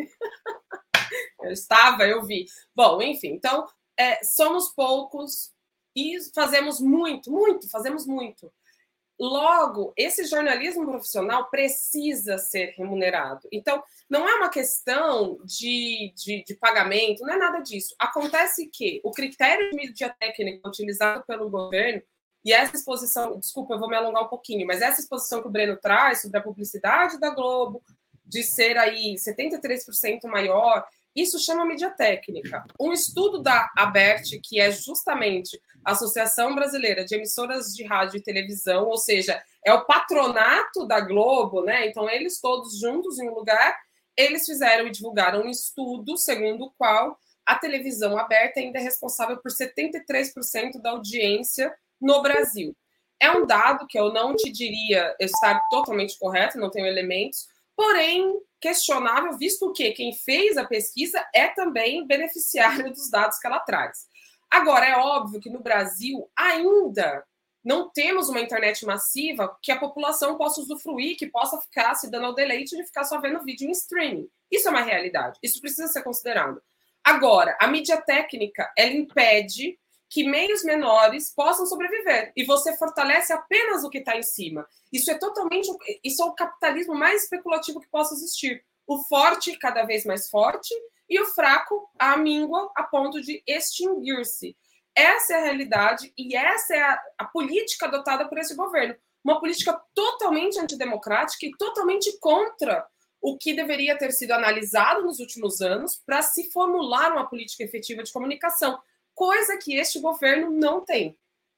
Eu estava, eu vi. Bom, enfim, então, é, somos poucos e fazemos muito, muito, fazemos muito. Logo, esse jornalismo profissional precisa ser remunerado. Então, não é uma questão de, de, de pagamento, não é nada disso. Acontece que o critério de mídia técnica utilizado pelo governo, e essa exposição, desculpa, eu vou me alongar um pouquinho, mas essa exposição que o Breno traz sobre a publicidade da Globo, de ser aí setenta e três por cento maior, isso chama mídia técnica. Um estudo da ABERT, que é justamente a Associação Brasileira de Emissoras de Rádio e Televisão, ou seja, é o patronato da Globo, né? Então, eles todos juntos em um lugar, eles fizeram e divulgaram um estudo segundo o qual a televisão aberta ainda é responsável por setenta e três por cento da audiência no Brasil. É um dado que eu não te diria estar totalmente correto, não tenho elementos, porém questionável, visto que quem fez a pesquisa é também beneficiário dos dados que ela traz. Agora, é óbvio que no Brasil ainda não temos uma internet massiva que a população possa usufruir, que possa ficar se dando ao deleite de ficar só vendo vídeo em streaming. Isso é uma realidade, isso precisa ser considerado. Agora, a mídia técnica, ela impede que meios menores possam sobreviver, e você fortalece apenas o que está em cima. Isso é totalmente, isso é o capitalismo mais especulativo que possa existir. O forte cada vez mais forte e o fraco a míngua a ponto de extinguir-se. Essa é a realidade e essa é a, a política adotada por esse governo. Uma política totalmente antidemocrática e totalmente contra o que deveria ter sido analisado nos últimos anos para se formular uma política efetiva de comunicação, coisa que este governo não tem.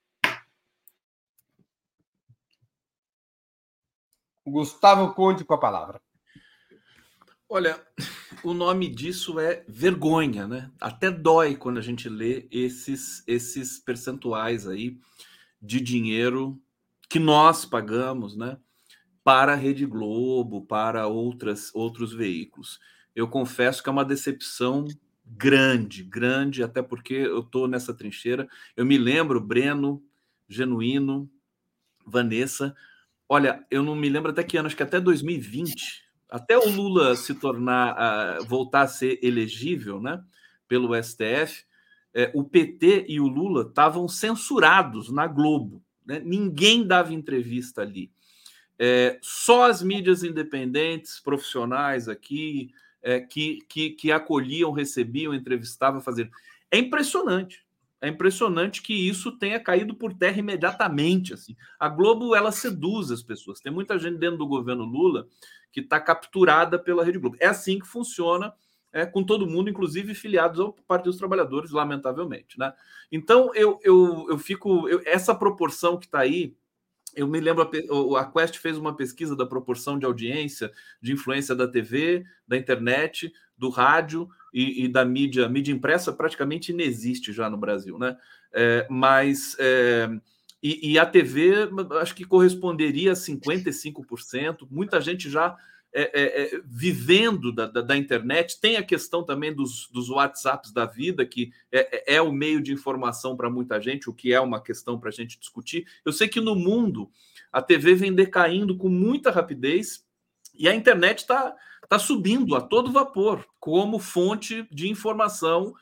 Gustavo Conde com a palavra. Olha, o nome disso é vergonha, né? Até dói quando a gente lê esses, esses percentuais aí de dinheiro que nós pagamos, né? Para a Rede Globo, para outras, outros veículos. Eu confesso que é uma decepção grande, grande, até porque eu estou nessa trincheira. Eu me lembro, Breno, Genuíno, Vanessa. Olha, eu não me lembro até que ano, acho que até dois mil e vinte, até o Lula se tornar, uh, voltar a ser elegível, né, pelo S T F, eh, o P T e o Lula estavam censurados na Globo, né? Ninguém dava entrevista ali. É, só as mídias independentes, profissionais aqui, é, que, que, que acolhiam, recebiam, entrevistavam, faziam. É impressionante. É impressionante que isso tenha caído por terra imediatamente. Assim. A Globo, ela seduz as pessoas. Tem muita gente dentro do governo Lula que está capturada pela Rede Globo. É assim que funciona, é, com todo mundo, inclusive filiados ao Partido dos Trabalhadores, lamentavelmente. Né? Então, eu, eu, eu fico... Eu, essa proporção que está aí, eu me lembro, a, a Quest fez uma pesquisa da proporção de audiência, de influência da T V, da internet, do rádio e, e da mídia. Mídia impressa praticamente inexiste já no Brasil, né? É, mas... É, e, e a T V, acho que corresponderia a cinquenta e cinco por cento. Muita gente já é, é, é, vivendo da, da, da internet. Tem a questão também dos, dos WhatsApps da vida, que é, é o meio de informação para muita gente, o que é uma questão para a gente discutir. Eu sei que no mundo a T V vem decaindo com muita rapidez e a internet está tá subindo a todo vapor como fonte de informação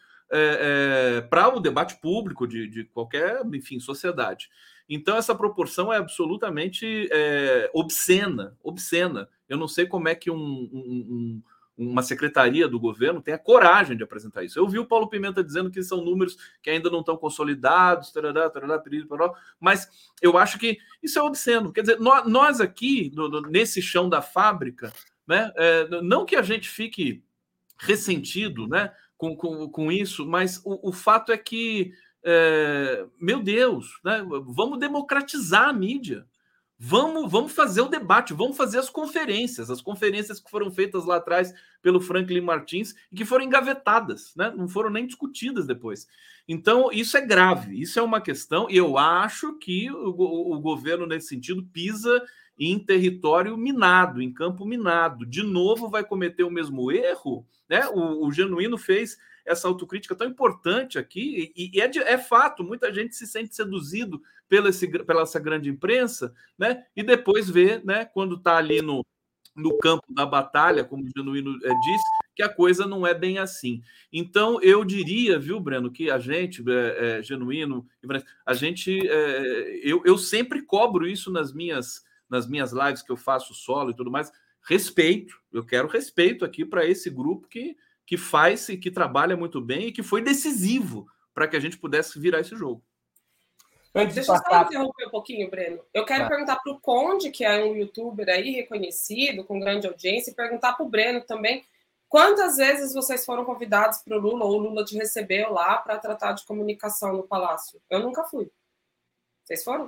é, é, para o debate público de, de qualquer, enfim, sociedade. Então, essa proporção é absolutamente é, obscena, obscena. Eu não sei como é que um, um, um, uma secretaria do governo tem a coragem de apresentar isso. Eu vi o Paulo Pimenta dizendo que são números que ainda não estão consolidados, tarará, tarará, tarará, tarará, mas eu acho que isso é obsceno. Quer dizer, nós, nós aqui, no, no, nesse chão da fábrica, né, é, não que a gente fique ressentido, né, com, com, com isso, mas o, o fato é que É, meu Deus, né? Vamos democratizar a mídia, vamos, vamos fazer o debate, vamos fazer as conferências, as conferências que foram feitas lá atrás pelo Franklin Martins e que foram engavetadas, né? Não foram nem discutidas depois. Então, isso é grave, isso é uma questão, e eu acho que o, o, o governo, nesse sentido, pisa em território minado, em campo minado. De novo, vai cometer o mesmo erro, né? O, o Genuíno fez essa autocrítica tão importante aqui, e, e é, de, é fato, muita gente se sente seduzido pela, esse, pela essa grande imprensa, né? E depois vê, né, quando está ali no, no campo da batalha, como o Genuíno é, disse, que a coisa não é bem assim. Então, eu diria, viu, Breno, que a gente, é, é, Genuíno, a gente, é, eu, eu sempre cobro isso nas minhas, nas minhas lives que eu faço solo e tudo mais, respeito, eu quero respeito aqui para esse grupo que que faz e que trabalha muito bem e que foi decisivo para que a gente pudesse virar esse jogo. Antes Deixa eu só interromper um pouquinho, Breno. Eu quero tá. perguntar para o Conde, que é um youtuber aí reconhecido, com grande audiência, e perguntar para o Breno também, quantas vezes vocês foram convidados para o Lula, ou o Lula te recebeu lá para tratar de comunicação no Palácio? Eu nunca fui. Vocês foram?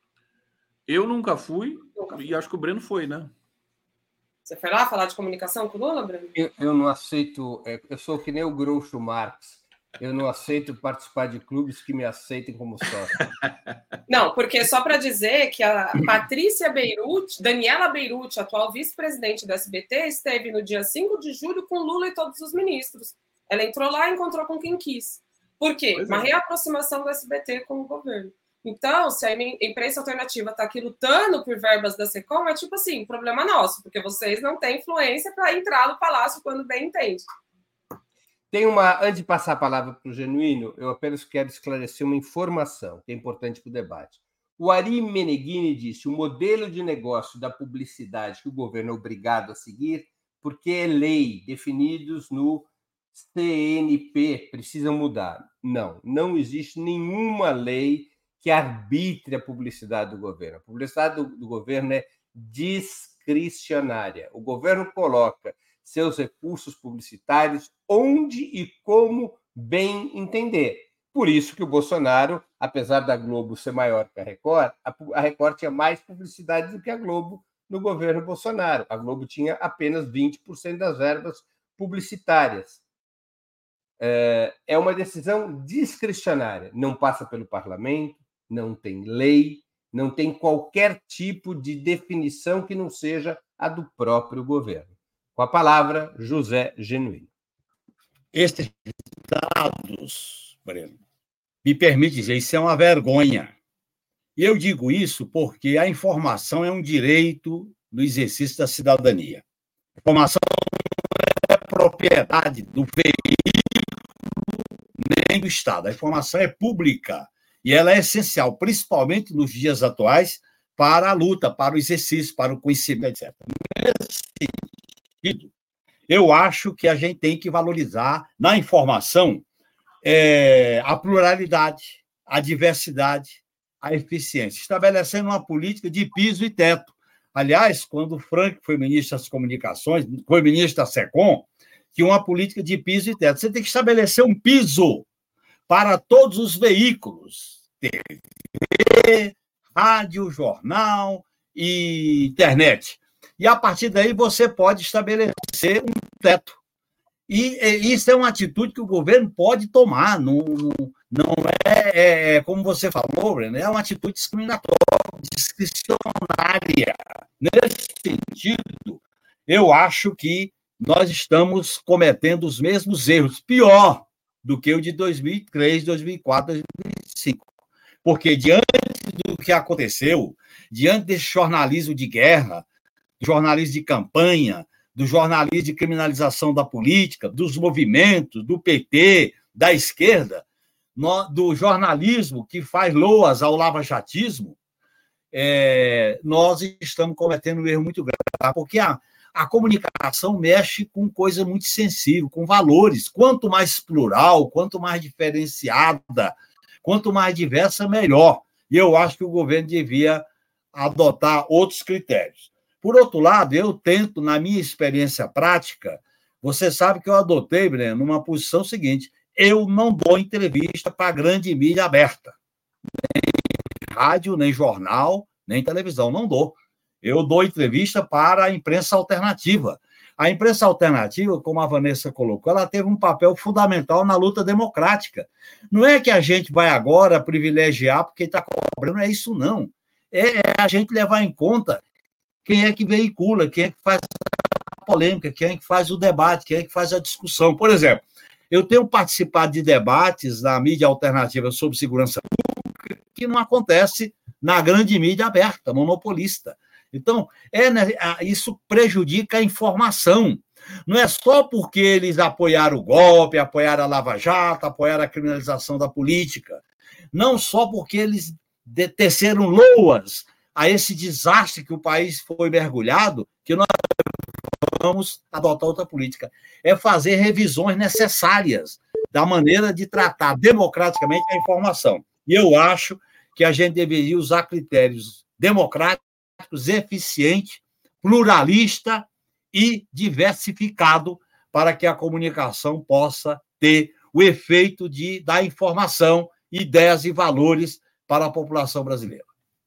Eu nunca fui, nunca fui. E acho que o Breno foi, né? Você foi lá falar de comunicação com o Lula, Breno? Eu, eu não aceito, eu sou que nem o Groucho Marx, eu não aceito participar de clubes que me aceitem como sócio. Não, porque só para dizer que a Patrícia Beirute, Daniela Beirute, atual vice-presidente do S B T, esteve no dia cinco de julho com Lula e todos os ministros. Ela entrou lá e encontrou com quem quis. Por quê? Pois Uma é. reaproximação do S B T com o governo. Então, se a imprensa alternativa está aqui lutando por verbas da SECOM, é tipo assim, problema nosso, porque vocês não têm influência para entrar no Palácio quando bem entende. Tem uma, antes de passar a palavra para o Genuíno, eu apenas quero esclarecer uma informação que é importante para o debate. O Ari Meneghini disse: o modelo de negócio da publicidade que o governo é obrigado a seguir, porque é lei, definidos no C N P, precisam mudar. Não, não existe nenhuma lei que arbitre a publicidade do governo. A publicidade do, do governo é discricionária. O governo coloca seus recursos publicitários onde e como bem entender. Por isso que o Bolsonaro, apesar da Globo ser maior que a Record, a Record tinha mais publicidade do que a Globo no governo Bolsonaro. A Globo tinha apenas vinte por cento das verbas publicitárias. É uma decisão discricionária. Não passa pelo parlamento, não tem lei, não tem qualquer tipo de definição que não seja a do próprio governo. Com a palavra, José Genuíno. Estes dados, Breno, me permite dizer, isso é uma vergonha. E eu digo isso porque a informação é um direito do exercício da cidadania. A informação não é propriedade do veículo nem do Estado. A informação é pública. E ela é essencial, principalmente nos dias atuais, para a luta, para o exercício, para o conhecimento, etcétera. Nesse sentido, eu acho que a gente tem que valorizar na informação é, a pluralidade, a diversidade, a eficiência, estabelecendo uma política de piso e teto. Aliás, quando o Frank foi ministro das Comunicações, foi ministro da SECOM, tinha uma política de piso e teto. Você tem que estabelecer um piso para todos os veículos, T V, rádio, jornal e internet. E, a partir daí, você pode estabelecer um teto. E, e isso é uma atitude que o governo pode tomar, não, não é, é, como você falou, Breno, é uma atitude discriminatória, discricionária. Nesse sentido, eu acho que nós estamos cometendo os mesmos erros, pior do que o de dois mil e três, dois mil e quatro, dois mil e cinco. Porque diante do que aconteceu, diante desse jornalismo de guerra, do jornalismo de campanha, do jornalismo de criminalização da política, dos movimentos, do P T, da esquerda, no, do jornalismo que faz loas ao lavajatismo, é, nós estamos cometendo um erro muito grave, porque a, a comunicação mexe com coisa muito sensível, com valores. Quanto mais plural, quanto mais diferenciada, quanto mais diversa, melhor. E eu acho que o governo devia adotar outros critérios. Por outro lado, eu tento, na minha experiência prática, você sabe que eu adotei, Breno, uma posição seguinte: eu não dou entrevista para a grande mídia aberta. Nem rádio, nem jornal, nem televisão, não dou. Eu dou entrevista para a imprensa alternativa. A imprensa alternativa, como a Vanessa colocou, ela teve um papel fundamental na luta democrática. Não é que a gente vai agora privilegiar porque está cobrando, não é isso, não. É a gente levar em conta quem é que veicula, quem é que faz a polêmica, quem é que faz o debate, quem é que faz a discussão. Por exemplo, eu tenho participado de debates na mídia alternativa sobre segurança pública que não acontece na grande mídia aberta, monopolista. Então, é, né, isso prejudica a informação. Não é só porque eles apoiaram o golpe, apoiaram a Lava Jato, apoiaram a criminalização da política. Não só porque eles teceram loas a esse desastre que o país foi mergulhado, que nós vamos adotar outra política. É fazer revisões necessárias da maneira de tratar democraticamente a informação. E eu acho que a gente deveria usar critérios democráticos, eficiente, pluralista e diversificado para que a comunicação possa ter o efeito de dar informação, ideias e valores para a população brasileira.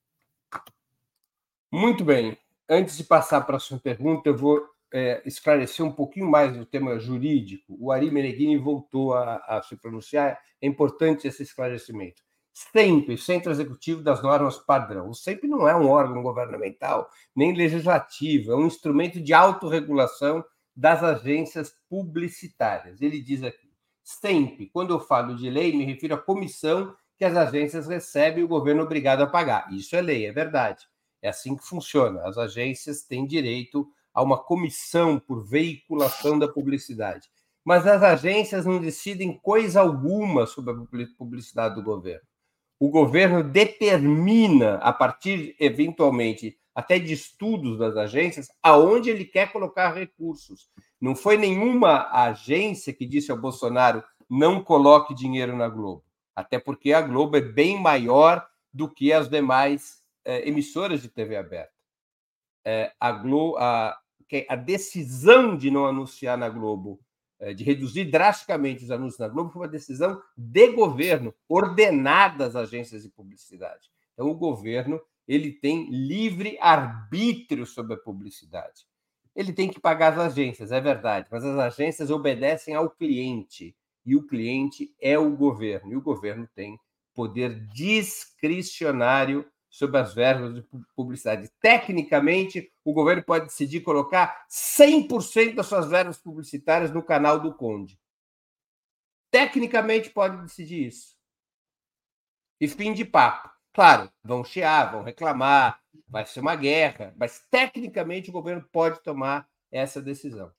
Muito bem. Antes de passar para a sua pergunta, eu vou é, esclarecer um pouquinho mais do tema jurídico. O Ari Meneghini voltou a, a se pronunciar. É importante esse esclarecimento. SEMP, Centro Executivo das Normas Padrão. O SEMP não é um órgão governamental, nem legislativo, é um instrumento de autorregulação das agências publicitárias. Ele diz aqui, SEMP, quando eu falo de lei, me refiro à comissão que as agências recebem e o governo é obrigado a pagar. Isso é lei, é verdade. É assim que funciona. As agências têm direito a uma comissão por veiculação da publicidade. Mas as agências não decidem coisa alguma sobre a publicidade do governo. O governo determina, a partir, eventualmente, até de estudos das agências, aonde ele quer colocar recursos. Não foi nenhuma agência que disse ao Bolsonaro não coloque dinheiro na Globo. Até porque a Globo é bem maior do que as demais é, emissoras de T V aberta. É, a, Globo, a, a decisão de não anunciar na Globo, de reduzir drasticamente os anúncios na Globo, foi uma decisão de governo, ordenada às agências de publicidade. Então, o governo ele tem livre arbítrio sobre a publicidade. Ele tem que pagar as agências, é verdade, mas as agências obedecem ao cliente, e o cliente é o governo, e o governo tem poder discricionário sobre as verbas de publicidade. Tecnicamente, o governo pode decidir colocar cem por cento das suas verbas publicitárias no canal do Conde. Tecnicamente, pode decidir isso. E fim de papo. Claro, vão chiar, vão reclamar, vai ser uma guerra, mas tecnicamente o governo pode tomar essa decisão.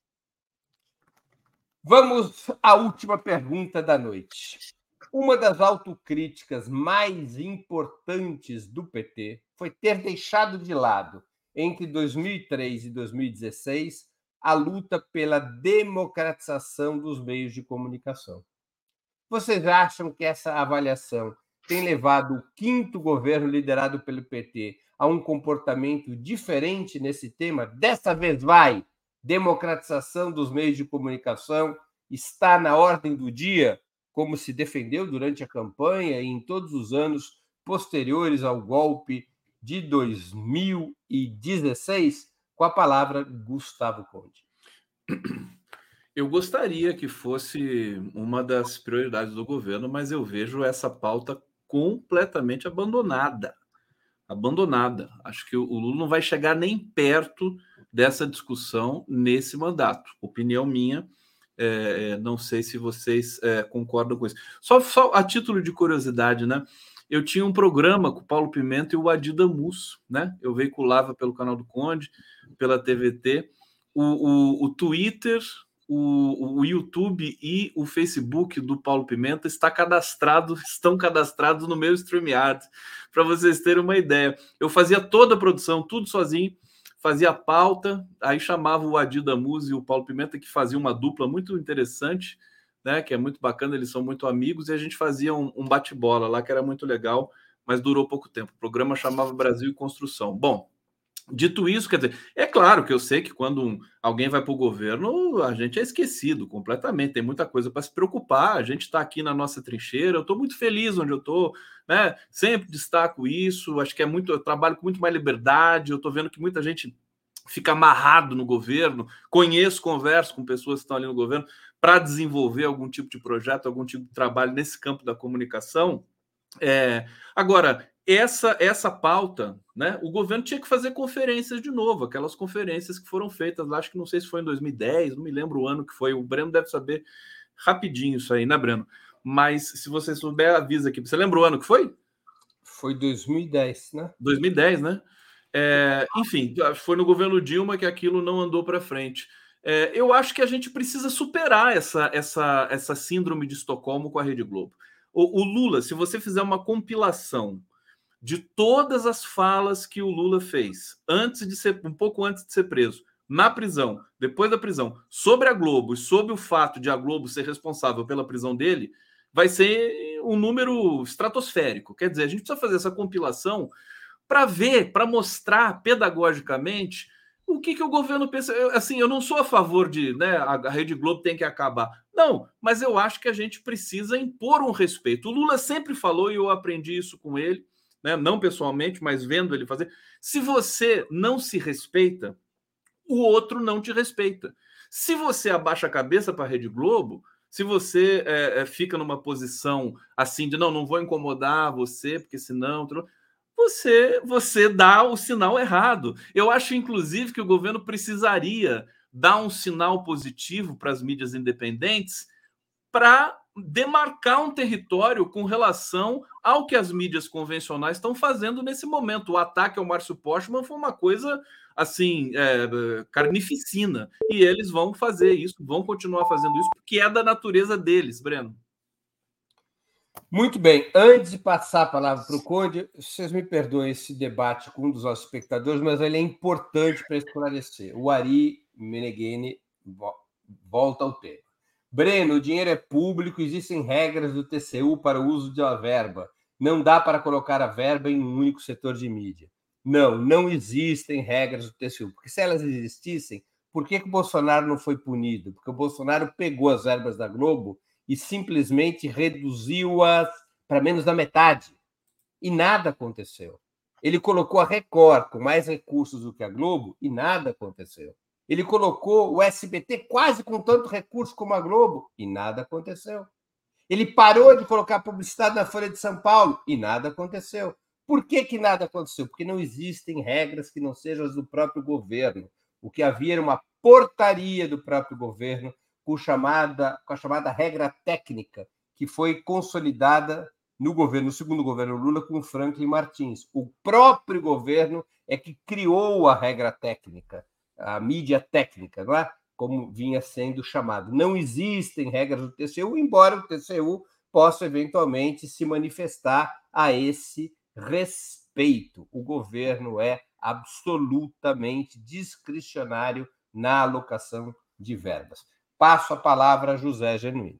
Vamos à última pergunta da noite. Uma das autocríticas mais importantes do P T foi ter deixado de lado, entre dois mil e três e dois mil e dezesseis, a luta pela democratização dos meios de comunicação. Vocês acham que essa avaliação tem levado o quinto governo liderado pelo P T a um comportamento diferente nesse tema? Dessa vez vai, democratização dos meios de comunicação está na ordem do dia, como se defendeu durante a campanha e em todos os anos posteriores ao golpe de dois mil e dezesseis, com a palavra Gustavo Conde. Eu gostaria que fosse uma das prioridades do governo, mas eu vejo essa pauta completamente abandonada. Abandonada. Acho que o Lula não vai chegar nem perto dessa discussão nesse mandato. Opinião minha, é, não sei se vocês é, concordam com isso. Só, só a título de curiosidade, né? Eu tinha um programa com o Paulo Pimenta e o Adi Damus, né? Eu veiculava pelo canal do Conde, pela T V T, o, o, o Twitter, o, o YouTube e o Facebook do Paulo Pimenta está cadastrado, estão cadastrados no meu StreamYard, para vocês terem uma ideia. Eu fazia toda a produção, tudo sozinho, fazia a pauta, aí chamava o Adi Damus e o Paulo Pimenta, que fazia uma dupla muito interessante, né, que é muito bacana, eles são muito amigos, e a gente fazia um, um bate-bola lá, que era muito legal, mas durou pouco tempo. O programa chamava Brasil e Construção. Bom, dito isso, quer dizer, é claro que eu sei que quando um, alguém vai para o governo, a gente é esquecido completamente, tem muita coisa para se preocupar, a gente está aqui na nossa trincheira, eu estou muito feliz onde eu estou, né? Sempre destaco isso, acho que é muito, eu trabalho com muito mais liberdade, eu estou vendo que muita gente fica amarrado no governo, conheço, converso com pessoas que estão ali no governo para desenvolver algum tipo de projeto, algum tipo de trabalho nesse campo da comunicação. É, agora, essa, essa pauta, né, o governo tinha que fazer conferências de novo, aquelas conferências que foram feitas lá, acho que não sei se foi em dois mil e dez, não me lembro o ano que foi, o Breno deve saber rapidinho isso aí, né, Breno? Mas se você souber, avisa aqui. Você lembra o ano que foi? Foi dois mil e dez, né? dois mil e dez, né? É, enfim, foi no governo Dilma que aquilo não andou para frente. É, eu acho que a gente precisa superar essa, essa, essa síndrome de Estocolmo com a Rede Globo. O, o Lula, se você fizer uma compilação de todas as falas que o Lula fez antes de ser, um pouco antes de ser preso, na prisão, depois da prisão, sobre a Globo e sobre o fato de a Globo ser responsável pela prisão dele, vai ser um número estratosférico. Quer dizer, a gente precisa fazer essa compilação para ver, para mostrar pedagogicamente o que, que o governo pensa. Eu, assim, eu não sou a favor de, né, a Rede Globo tem que acabar. Não, mas eu acho que a gente precisa impor um respeito. O Lula sempre falou, e eu aprendi isso com ele, né, não pessoalmente, mas vendo ele fazer. Se você não se respeita, o outro não te respeita. Se você abaixa a cabeça para a Rede Globo, se você é, é, fica numa posição assim de não, não vou incomodar você, porque senão... Você, você dá o sinal errado. Eu acho, inclusive, que o governo precisaria dar um sinal positivo para as mídias independentes para demarcar um território com relação ao que as mídias convencionais estão fazendo nesse momento. O ataque ao Márcio Postman foi uma coisa assim, é, carnificina. E eles vão fazer isso, vão continuar fazendo isso, porque é da natureza deles, Breno. Muito bem. Antes de passar a palavra para o Conde, vocês me perdoem esse debate com um dos nossos espectadores, mas ele é importante para esclarecer. O Ari Meneghini volta ao tema. Breno, o dinheiro é público, existem regras do T C U para o uso da verba. Não dá para colocar a verba em um único setor de mídia. Não, não existem regras do T C U. Porque se elas existissem, por que, que o Bolsonaro não foi punido? Porque o Bolsonaro pegou as verbas da Globo e simplesmente reduziu-as para menos da metade. E nada aconteceu. Ele colocou a Record com mais recursos do que a Globo e nada aconteceu. Ele colocou o S B T quase com tanto recurso como a Globo e nada aconteceu. Ele parou de colocar publicidade na Folha de São Paulo e nada aconteceu. Por que, que nada aconteceu? Porque não existem regras que não sejam as do próprio governo. O que havia era uma portaria do próprio governo com, chamada, com a chamada regra técnica, que foi consolidada no governo, no segundo governo Lula, com Franklin Martins. O próprio governo é que criou a regra técnica, a mídia técnica, não é? Como vinha sendo chamado. Não existem regras do T C U, embora o T C U possa eventualmente se manifestar a esse respeito. O governo é absolutamente discricionário na alocação de verbas. Passo a palavra a José Genuíno.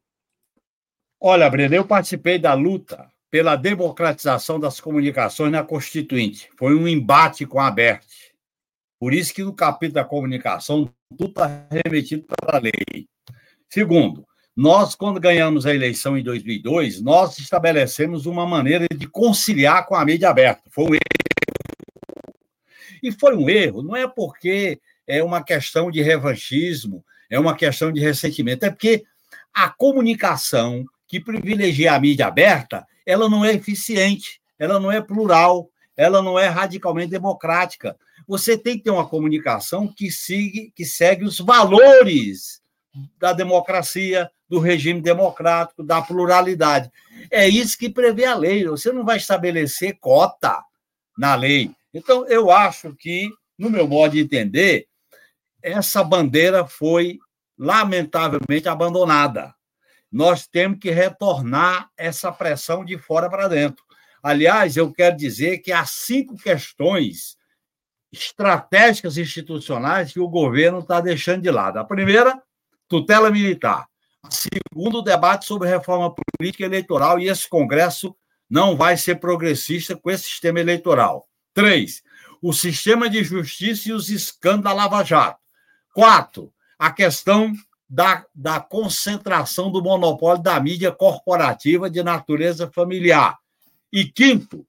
Olha, Breno, eu participei da luta pela democratização das comunicações na Constituinte. Foi um embate com a Aberte. Por isso que no capítulo da comunicação tudo está remetido para a lei. Segundo, nós, quando ganhamos a eleição em dois mil e dois, nós estabelecemos uma maneira de conciliar com a mídia aberta. Foi um erro. E foi um erro, não é porque é uma questão de revanchismo, é uma questão de ressentimento, é porque a comunicação que privilegia a mídia aberta, ela não é eficiente, ela não é plural, ela não é radicalmente democrática. Você tem que ter uma comunicação que segue, que segue os valores da democracia, do regime democrático, da pluralidade. É isso que prevê a lei. Você não vai estabelecer cota na lei. Então, eu acho que, no meu modo de entender, essa bandeira foi, lamentavelmente, abandonada. Nós temos que retornar essa pressão de fora para dentro. Aliás, eu quero dizer que há cinco questões estratégicas institucionais que o governo está deixando de lado. A primeira, tutela militar. A segunda, o debate sobre reforma política e eleitoral, e esse Congresso não vai ser progressista com esse sistema eleitoral. Três, o sistema de justiça e os escândalos da Lava Jato. Quatro, a questão da, da concentração do monopólio da mídia corporativa de natureza familiar. E quinto,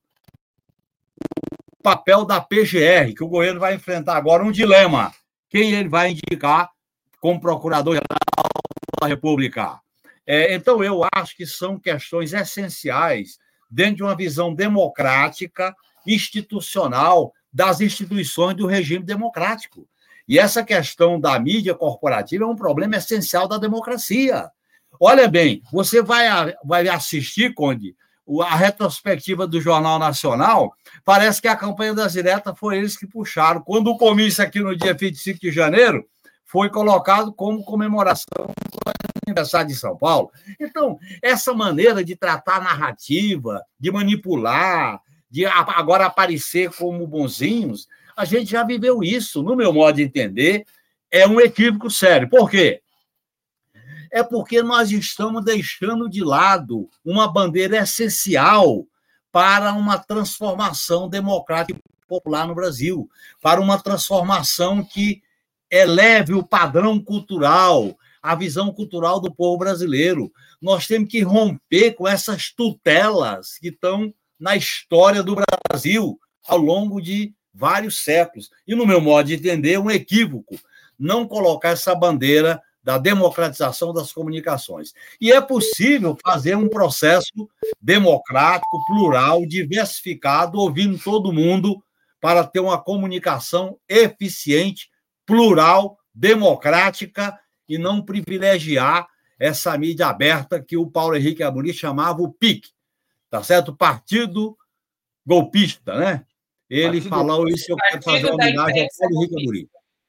o papel da P G R, que o governo vai enfrentar agora um dilema. Quem ele vai indicar como procurador-geral da República? É, então, eu acho que são questões essenciais dentro de uma visão democrática, institucional, das instituições do regime democrático. E essa questão da mídia corporativa é um problema essencial da democracia. Olha bem, você vai, vai assistir, Conde, a retrospectiva do Jornal Nacional, parece que a campanha das diretas foi eles que puxaram. Quando o comício aqui no dia vinte e cinco de janeiro foi colocado como comemoração do aniversário de São Paulo. Então, essa maneira de tratar a narrativa, de manipular, de agora aparecer como bonzinhos, a gente já viveu isso. No meu modo de entender, é um equívoco sério. Por quê? É porque nós estamos deixando de lado uma bandeira essencial para uma transformação democrática e popular no Brasil, para uma transformação que eleve o padrão cultural, a visão cultural do povo brasileiro. Nós temos que romper com essas tutelas que estão na história do Brasil ao longo de vários séculos. E, no meu modo de entender, é um equívoco não colocar essa bandeira da democratização das comunicações. E é possível fazer um processo democrático, plural, diversificado, ouvindo todo mundo, para ter uma comunicação eficiente, plural, democrática, e não privilegiar essa mídia aberta que o Paulo Henrique Amorim chamava o P I C, tá certo? Partido golpista, né? Ele Partido falou isso, eu quero fazer uma homenagem ao Paulo Henrique Amorim.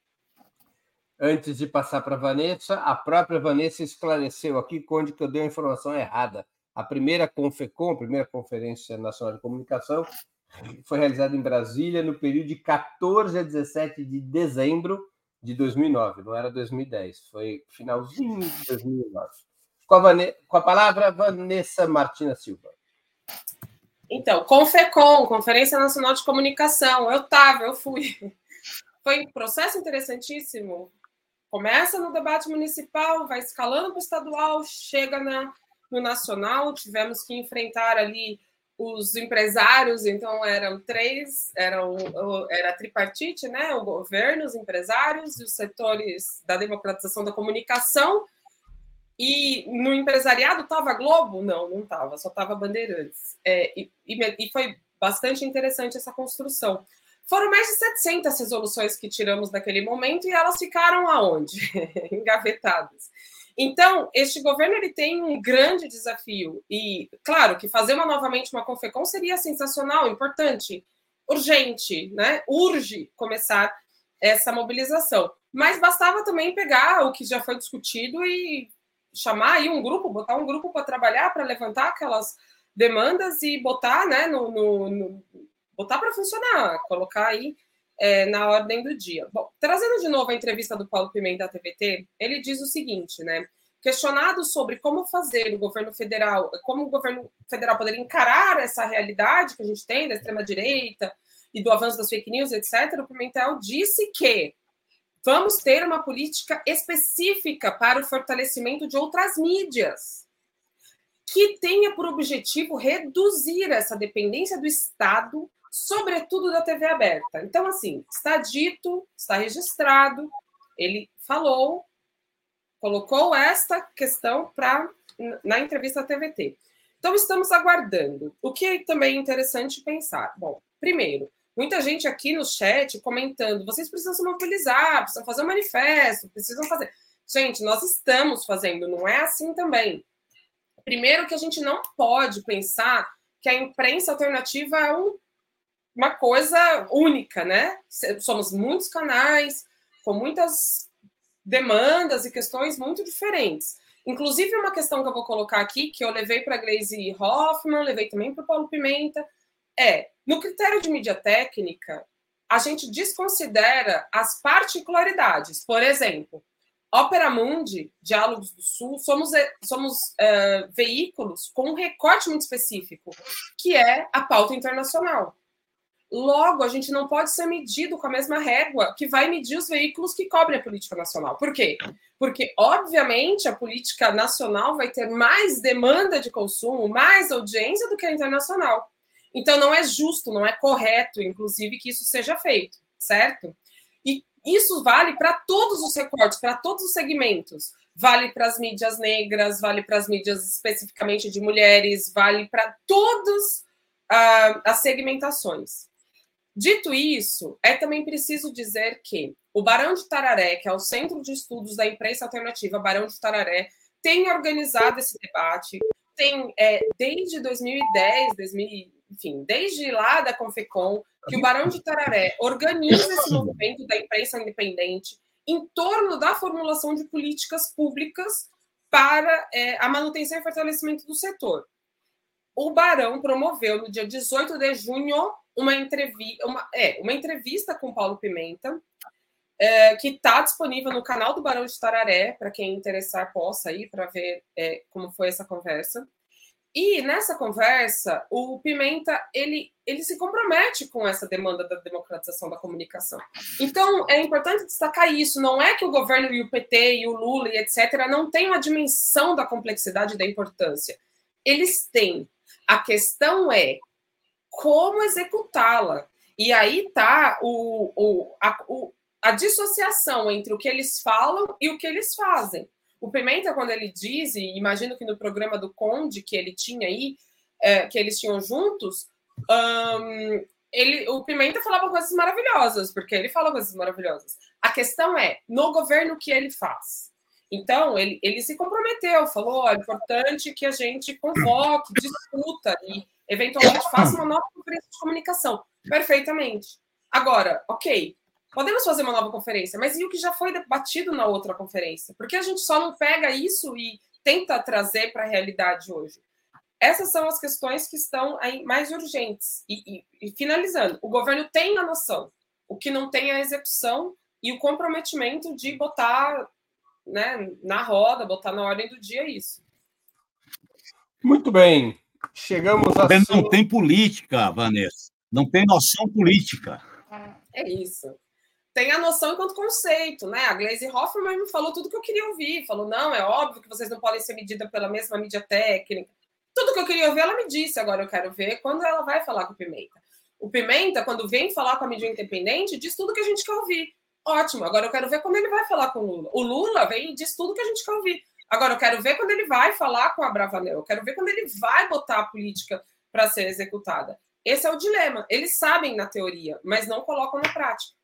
Antes de passar para a Vanessa, a própria Vanessa esclareceu aqui, Conde, que eu dei a informação errada. A primeira CONFECOM, a primeira Conferência Nacional de Comunicação, foi realizada em Brasília no período de quatorze a dezessete de dezembro de dois mil e nove, não era dois mil e dez, foi finalzinho de dois mil e nove. Com a, Vane... Com a palavra, Vanessa Martina Silva. Então, CONFECOM, Conferência Nacional de Comunicação, eu estava, eu fui. Foi um processo interessantíssimo. Começa no debate municipal, vai escalando para o estadual, chega na, no nacional, tivemos que enfrentar ali os empresários, então eram três, eram, era tripartite, né? O governo, os empresários e os setores da democratização da comunicação. E no empresariado estava a Globo? Não, não estava, só estava Bandeirantes. É, e, e, e foi bastante interessante essa construção. Foram mais de setecentas resoluções que tiramos naquele momento e elas ficaram aonde? Engavetadas. Então, este governo ele tem um grande desafio. E, claro, que fazer uma, novamente uma CONFECOM seria sensacional, importante, urgente, né? Urge começar essa mobilização. Mas bastava também pegar o que já foi discutido e chamar aí um grupo, botar um grupo para trabalhar, para levantar aquelas demandas e botar, né, no, no, no botar para funcionar, colocar aí é, na ordem do dia. Bom, trazendo de novo a entrevista do Paulo Pimenta da T V T, ele diz o seguinte, né? Questionado sobre como fazer o governo federal, como o governo federal poderia encarar essa realidade que a gente tem da extrema-direita e do avanço das fake news, etcétera, o Pimentel disse que vamos ter uma política específica para o fortalecimento de outras mídias, que tenha por objetivo reduzir essa dependência do Estado, sobretudo da T V aberta. Então, assim, está dito, está registrado, ele falou, colocou esta questão pra, na entrevista à T V T. Então, estamos aguardando. O que também é interessante pensar? Bom, Primeiro, muita gente aqui no chat comentando, vocês precisam se mobilizar, precisam fazer um manifesto, precisam fazer... Gente, nós estamos fazendo, não é assim também. Primeiro que a gente não pode pensar que a imprensa alternativa é um, uma coisa única, né? Somos muitos canais, com muitas demandas e questões muito diferentes. Inclusive, uma questão que eu vou colocar aqui, que eu levei para a Gleisi Hoffmann, levei também para o Paulo Pimenta, é, no critério de mídia técnica, a gente desconsidera as particularidades. Por exemplo, Opera Mundi, Diálogos do Sul, somos, somos uh, veículos com um recorte muito específico, que é a pauta internacional. Logo, a gente não pode ser medido com a mesma régua que vai medir os veículos que cobrem a política nacional. Por quê? Porque, obviamente, a política nacional vai ter mais demanda de consumo, mais audiência do que a internacional. Então, não é justo, não é correto, inclusive, que isso seja feito, certo? E isso vale para todos os recortes, para todos os segmentos. Vale para as mídias negras, vale para as mídias especificamente de mulheres, vale para todas uh, as segmentações. Dito isso, é também preciso dizer que o Barão de Tararé, que é o Centro de Estudos da Imprensa Alternativa Barão de Tararé, tem organizado esse debate, tem é, desde dois mil e dez, dois mil, enfim, desde lá da Confecom, que o Barão de Tararé organiza esse movimento da imprensa independente em torno da formulação de políticas públicas para é, a manutenção e fortalecimento do setor. O Barão promoveu, no dia dezoito de junho, uma entrevista, uma, é, uma entrevista com Paulo Pimenta, é, que está disponível no canal do Barão de Tararé, para quem interessar possa ir para ver é, como foi essa conversa. E nessa conversa, o Pimenta ele, ele se compromete com essa demanda da democratização da comunicação. Então, é importante destacar isso. Não é que o governo e o P T e o Lula e etcétera não tenham a dimensão da complexidade e da importância. Eles têm. A questão é como executá-la. E aí está o, o, a, o, a dissociação entre o que eles falam e o que eles fazem. O Pimenta, quando ele diz, e imagino que no programa do Conde que ele tinha aí, é, que eles tinham juntos, um, ele, o Pimenta falava coisas maravilhosas, porque ele fala coisas maravilhosas. A questão é, no governo, o que ele faz? Então, ele, ele se comprometeu, falou, é importante que a gente convoque, discuta e, eventualmente, faça uma nova conferência de comunicação. Perfeitamente. Agora, ok, podemos fazer uma nova conferência, mas e o que já foi debatido na outra conferência? Por que a gente só não pega isso e tenta trazer para a realidade hoje? Essas são as questões que estão aí mais urgentes. E, e, e finalizando, o governo tem a noção, o que não tem é a execução e o comprometimento de botar, né, na roda, botar na ordem do dia isso. Muito bem. Chegamos a... Não tem política, Vanessa. Não tem noção política. É isso. Tem a noção enquanto conceito, né? A Gleisi Hoffmann me falou tudo que eu queria ouvir. Falou, não, é óbvio que vocês não podem ser medidas pela mesma mídia técnica. Tudo que eu queria ouvir, ela me disse. Agora eu quero ver quando ela vai falar com o Pimenta. O Pimenta, quando vem falar com a mídia independente, diz tudo que a gente quer ouvir. Ótimo. Agora eu quero ver quando ele vai falar com o Lula. O Lula vem e diz tudo que a gente quer ouvir. Agora eu quero ver quando ele vai falar com a Bravanel. Eu quero ver quando ele vai botar a política para ser executada. Esse é o dilema. Eles sabem na teoria, mas não colocam na prática.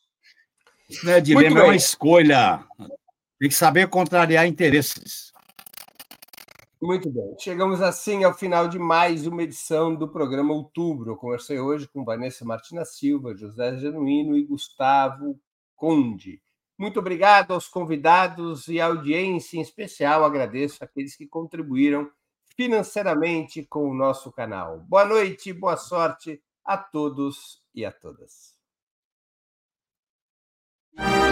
Não é dilema, é uma escolha. Tem que saber contrariar interesses. Muito bem. Chegamos assim ao final de mais uma edição do programa Outubro. Eu conversei hoje com Vanessa Martina Silva, José Genuíno e Gustavo Conde. Muito obrigado aos convidados e à audiência em especial. Agradeço àqueles que contribuíram financeiramente com o nosso canal. Boa noite, boa sorte a todos e a todas.